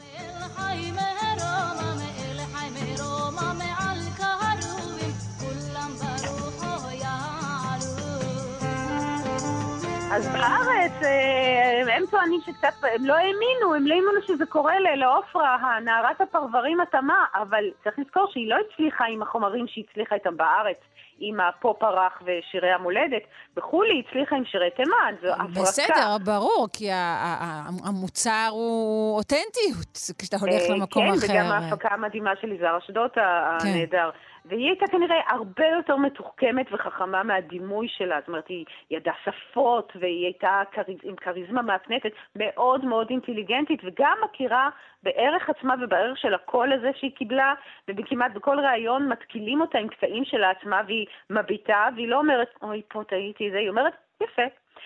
אז בארץ, הם טוענים שקצת, הם לא האמינו, הם לא האמינו שזה קורה לאופרה, הנערת הפרברים התמה, אבל צריך לזכור שהיא לא הצליחה עם החומרים שהיא הצליחה איתם בארץ, עם הפופ הרך ושירי המולדת, בחו"ל היא הצליחה עם שירי תימן, זו הפרקה. בסדר, ברור, כי המוצר הוא אותנטיות, כשאתה הולך למקום אחר. כן, וגם ההפקה המדהימה של יזהר אשדות הנהדר. והיא הייתה כנראה הרבה יותר מתוחכמת וחכמה מהדימוי שלה, זאת אומרת, היא ידעה שפות, והיא הייתה עם קריזמה מהפנטת, מאוד מאוד אינטליגנטית, וגם מכירה בערך עצמה ובערך של הקול הזה שהיא קיבלה, וכמעט בכל ראיון מתקילים אותה עם קטעים שלה עצמה, והיא מביטה, והיא לא אומרת, אוי, פה טעיתי זה, היא אומרת, יפה.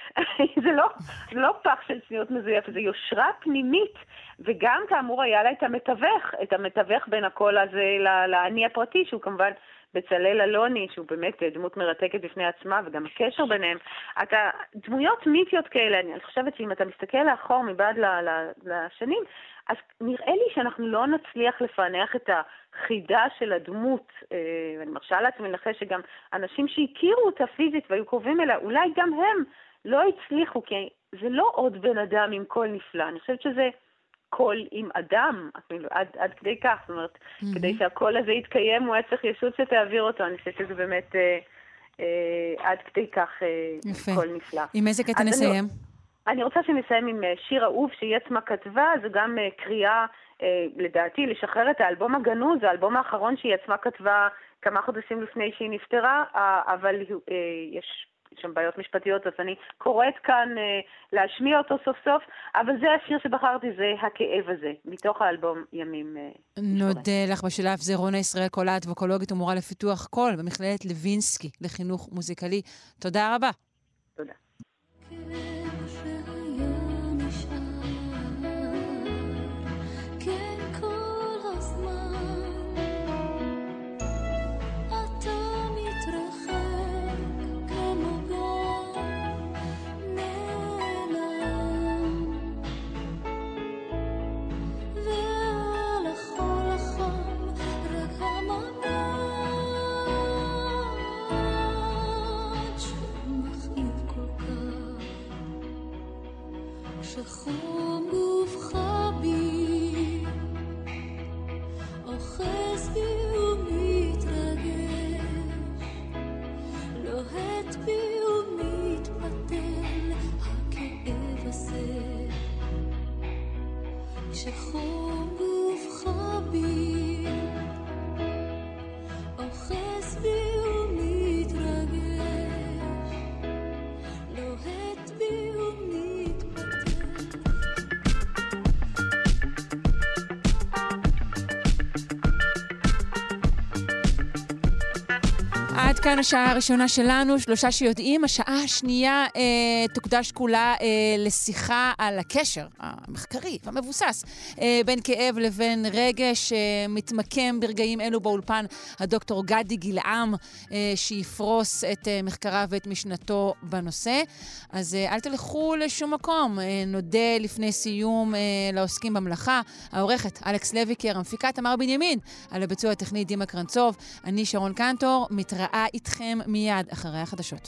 זה לא, זה לא פח של צניעות מזויפת, זה יושרה פנימית, וגם כאמור היה לה את המתווך, את המתווך בין הקול הזה לעני הפרטי, שהוא כמובן בצלאל אלוני, שהוא באמת דמות מרתקת בפני עצמה, וגם הקשר ביניהם. אתה, דמויות מיתיות כאלה, אני חושבת שאם אתה מסתכל לאחור מבעד לשנים, אז נראה לי שאנחנו לא נצליח לפענח את החידה של הדמות, ואני מרשה לעצמי לנחש שגם אנשים שהכירו אותה פיזית והיו קרובים אליה, אולי גם הם לא הצליחו, כי זה לא עוד בן אדם עם קול נפלא, אני חושבת שזה קול עם אדם, עד, עד כדי כך, זאת אומרת, mm-hmm. כדי שהקול הזה יתקיים, הוא היה צריך ישות שתעביר אותו, אני חושבת שזה באמת אה, אה, עד כדי כך אה, קול נפלא. עם איזה קטע נסיים? אני, אני רוצה שנסיים עם שיר אהוב שהיא עצמה כתבה, זו גם אה, קריאה, אה, לדעתי, לשחרר את האלבום הגנוז, זה האלבום האחרון שהיא עצמה כתבה כמה חודשים לפני שהיא נפטרה, אה, אבל אה, יש שם בעיות משפטיות, אז אני קוראת כאן אה, להשמיע אותו סוף סוף, אבל זה השיר שבחרתי, זה הכאב הזה, מתוך האלבום ימים אה, נודה לך בשלב זה רונה ישראל קולט, ווקולוגית ומורה לפיתוח קול, במכללת לוינסקי לחינוך מוזיקלי. תודה רבה. תודה. שחום גופך בי, אוחז בי ומתרגש, לוהט בי ומתפתל הכאב הזה. שחום גופך בי, אוחז בי ומתרגש, לוהט בי עד כאן השעה הראשונה שלנו, שלושה שיודעים. השעה השנייה אה, תוקדש כולה אה, לשיחה על הקשר המחקרי והמבוסס אה, בין כאב לבין רגש. אה, מתמקם ברגעים אלו באולפן הדוקטור גדי גילעם, אה, שיפרוס את אה, מחקריו ואת משנתו בנושא. אז אה, אל תלכו לשום מקום. אה, נודה לפני סיום אה, לעוסקים במלאכה. העורכת אלכס לויקר, המפיקה תמר בנימין, על הביצוע הטכני דימה קרנצוב. אני שרון קנטור, מתראה איתכם מיד אחרי החדשות.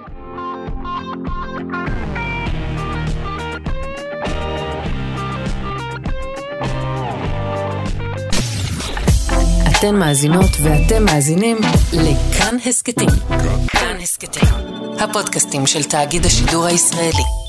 אתן מאזינות ואתם מאזינים לכאן הסקטים. כאן הסקטים, הפודקאסטים של תאגיד השידור הישראלי.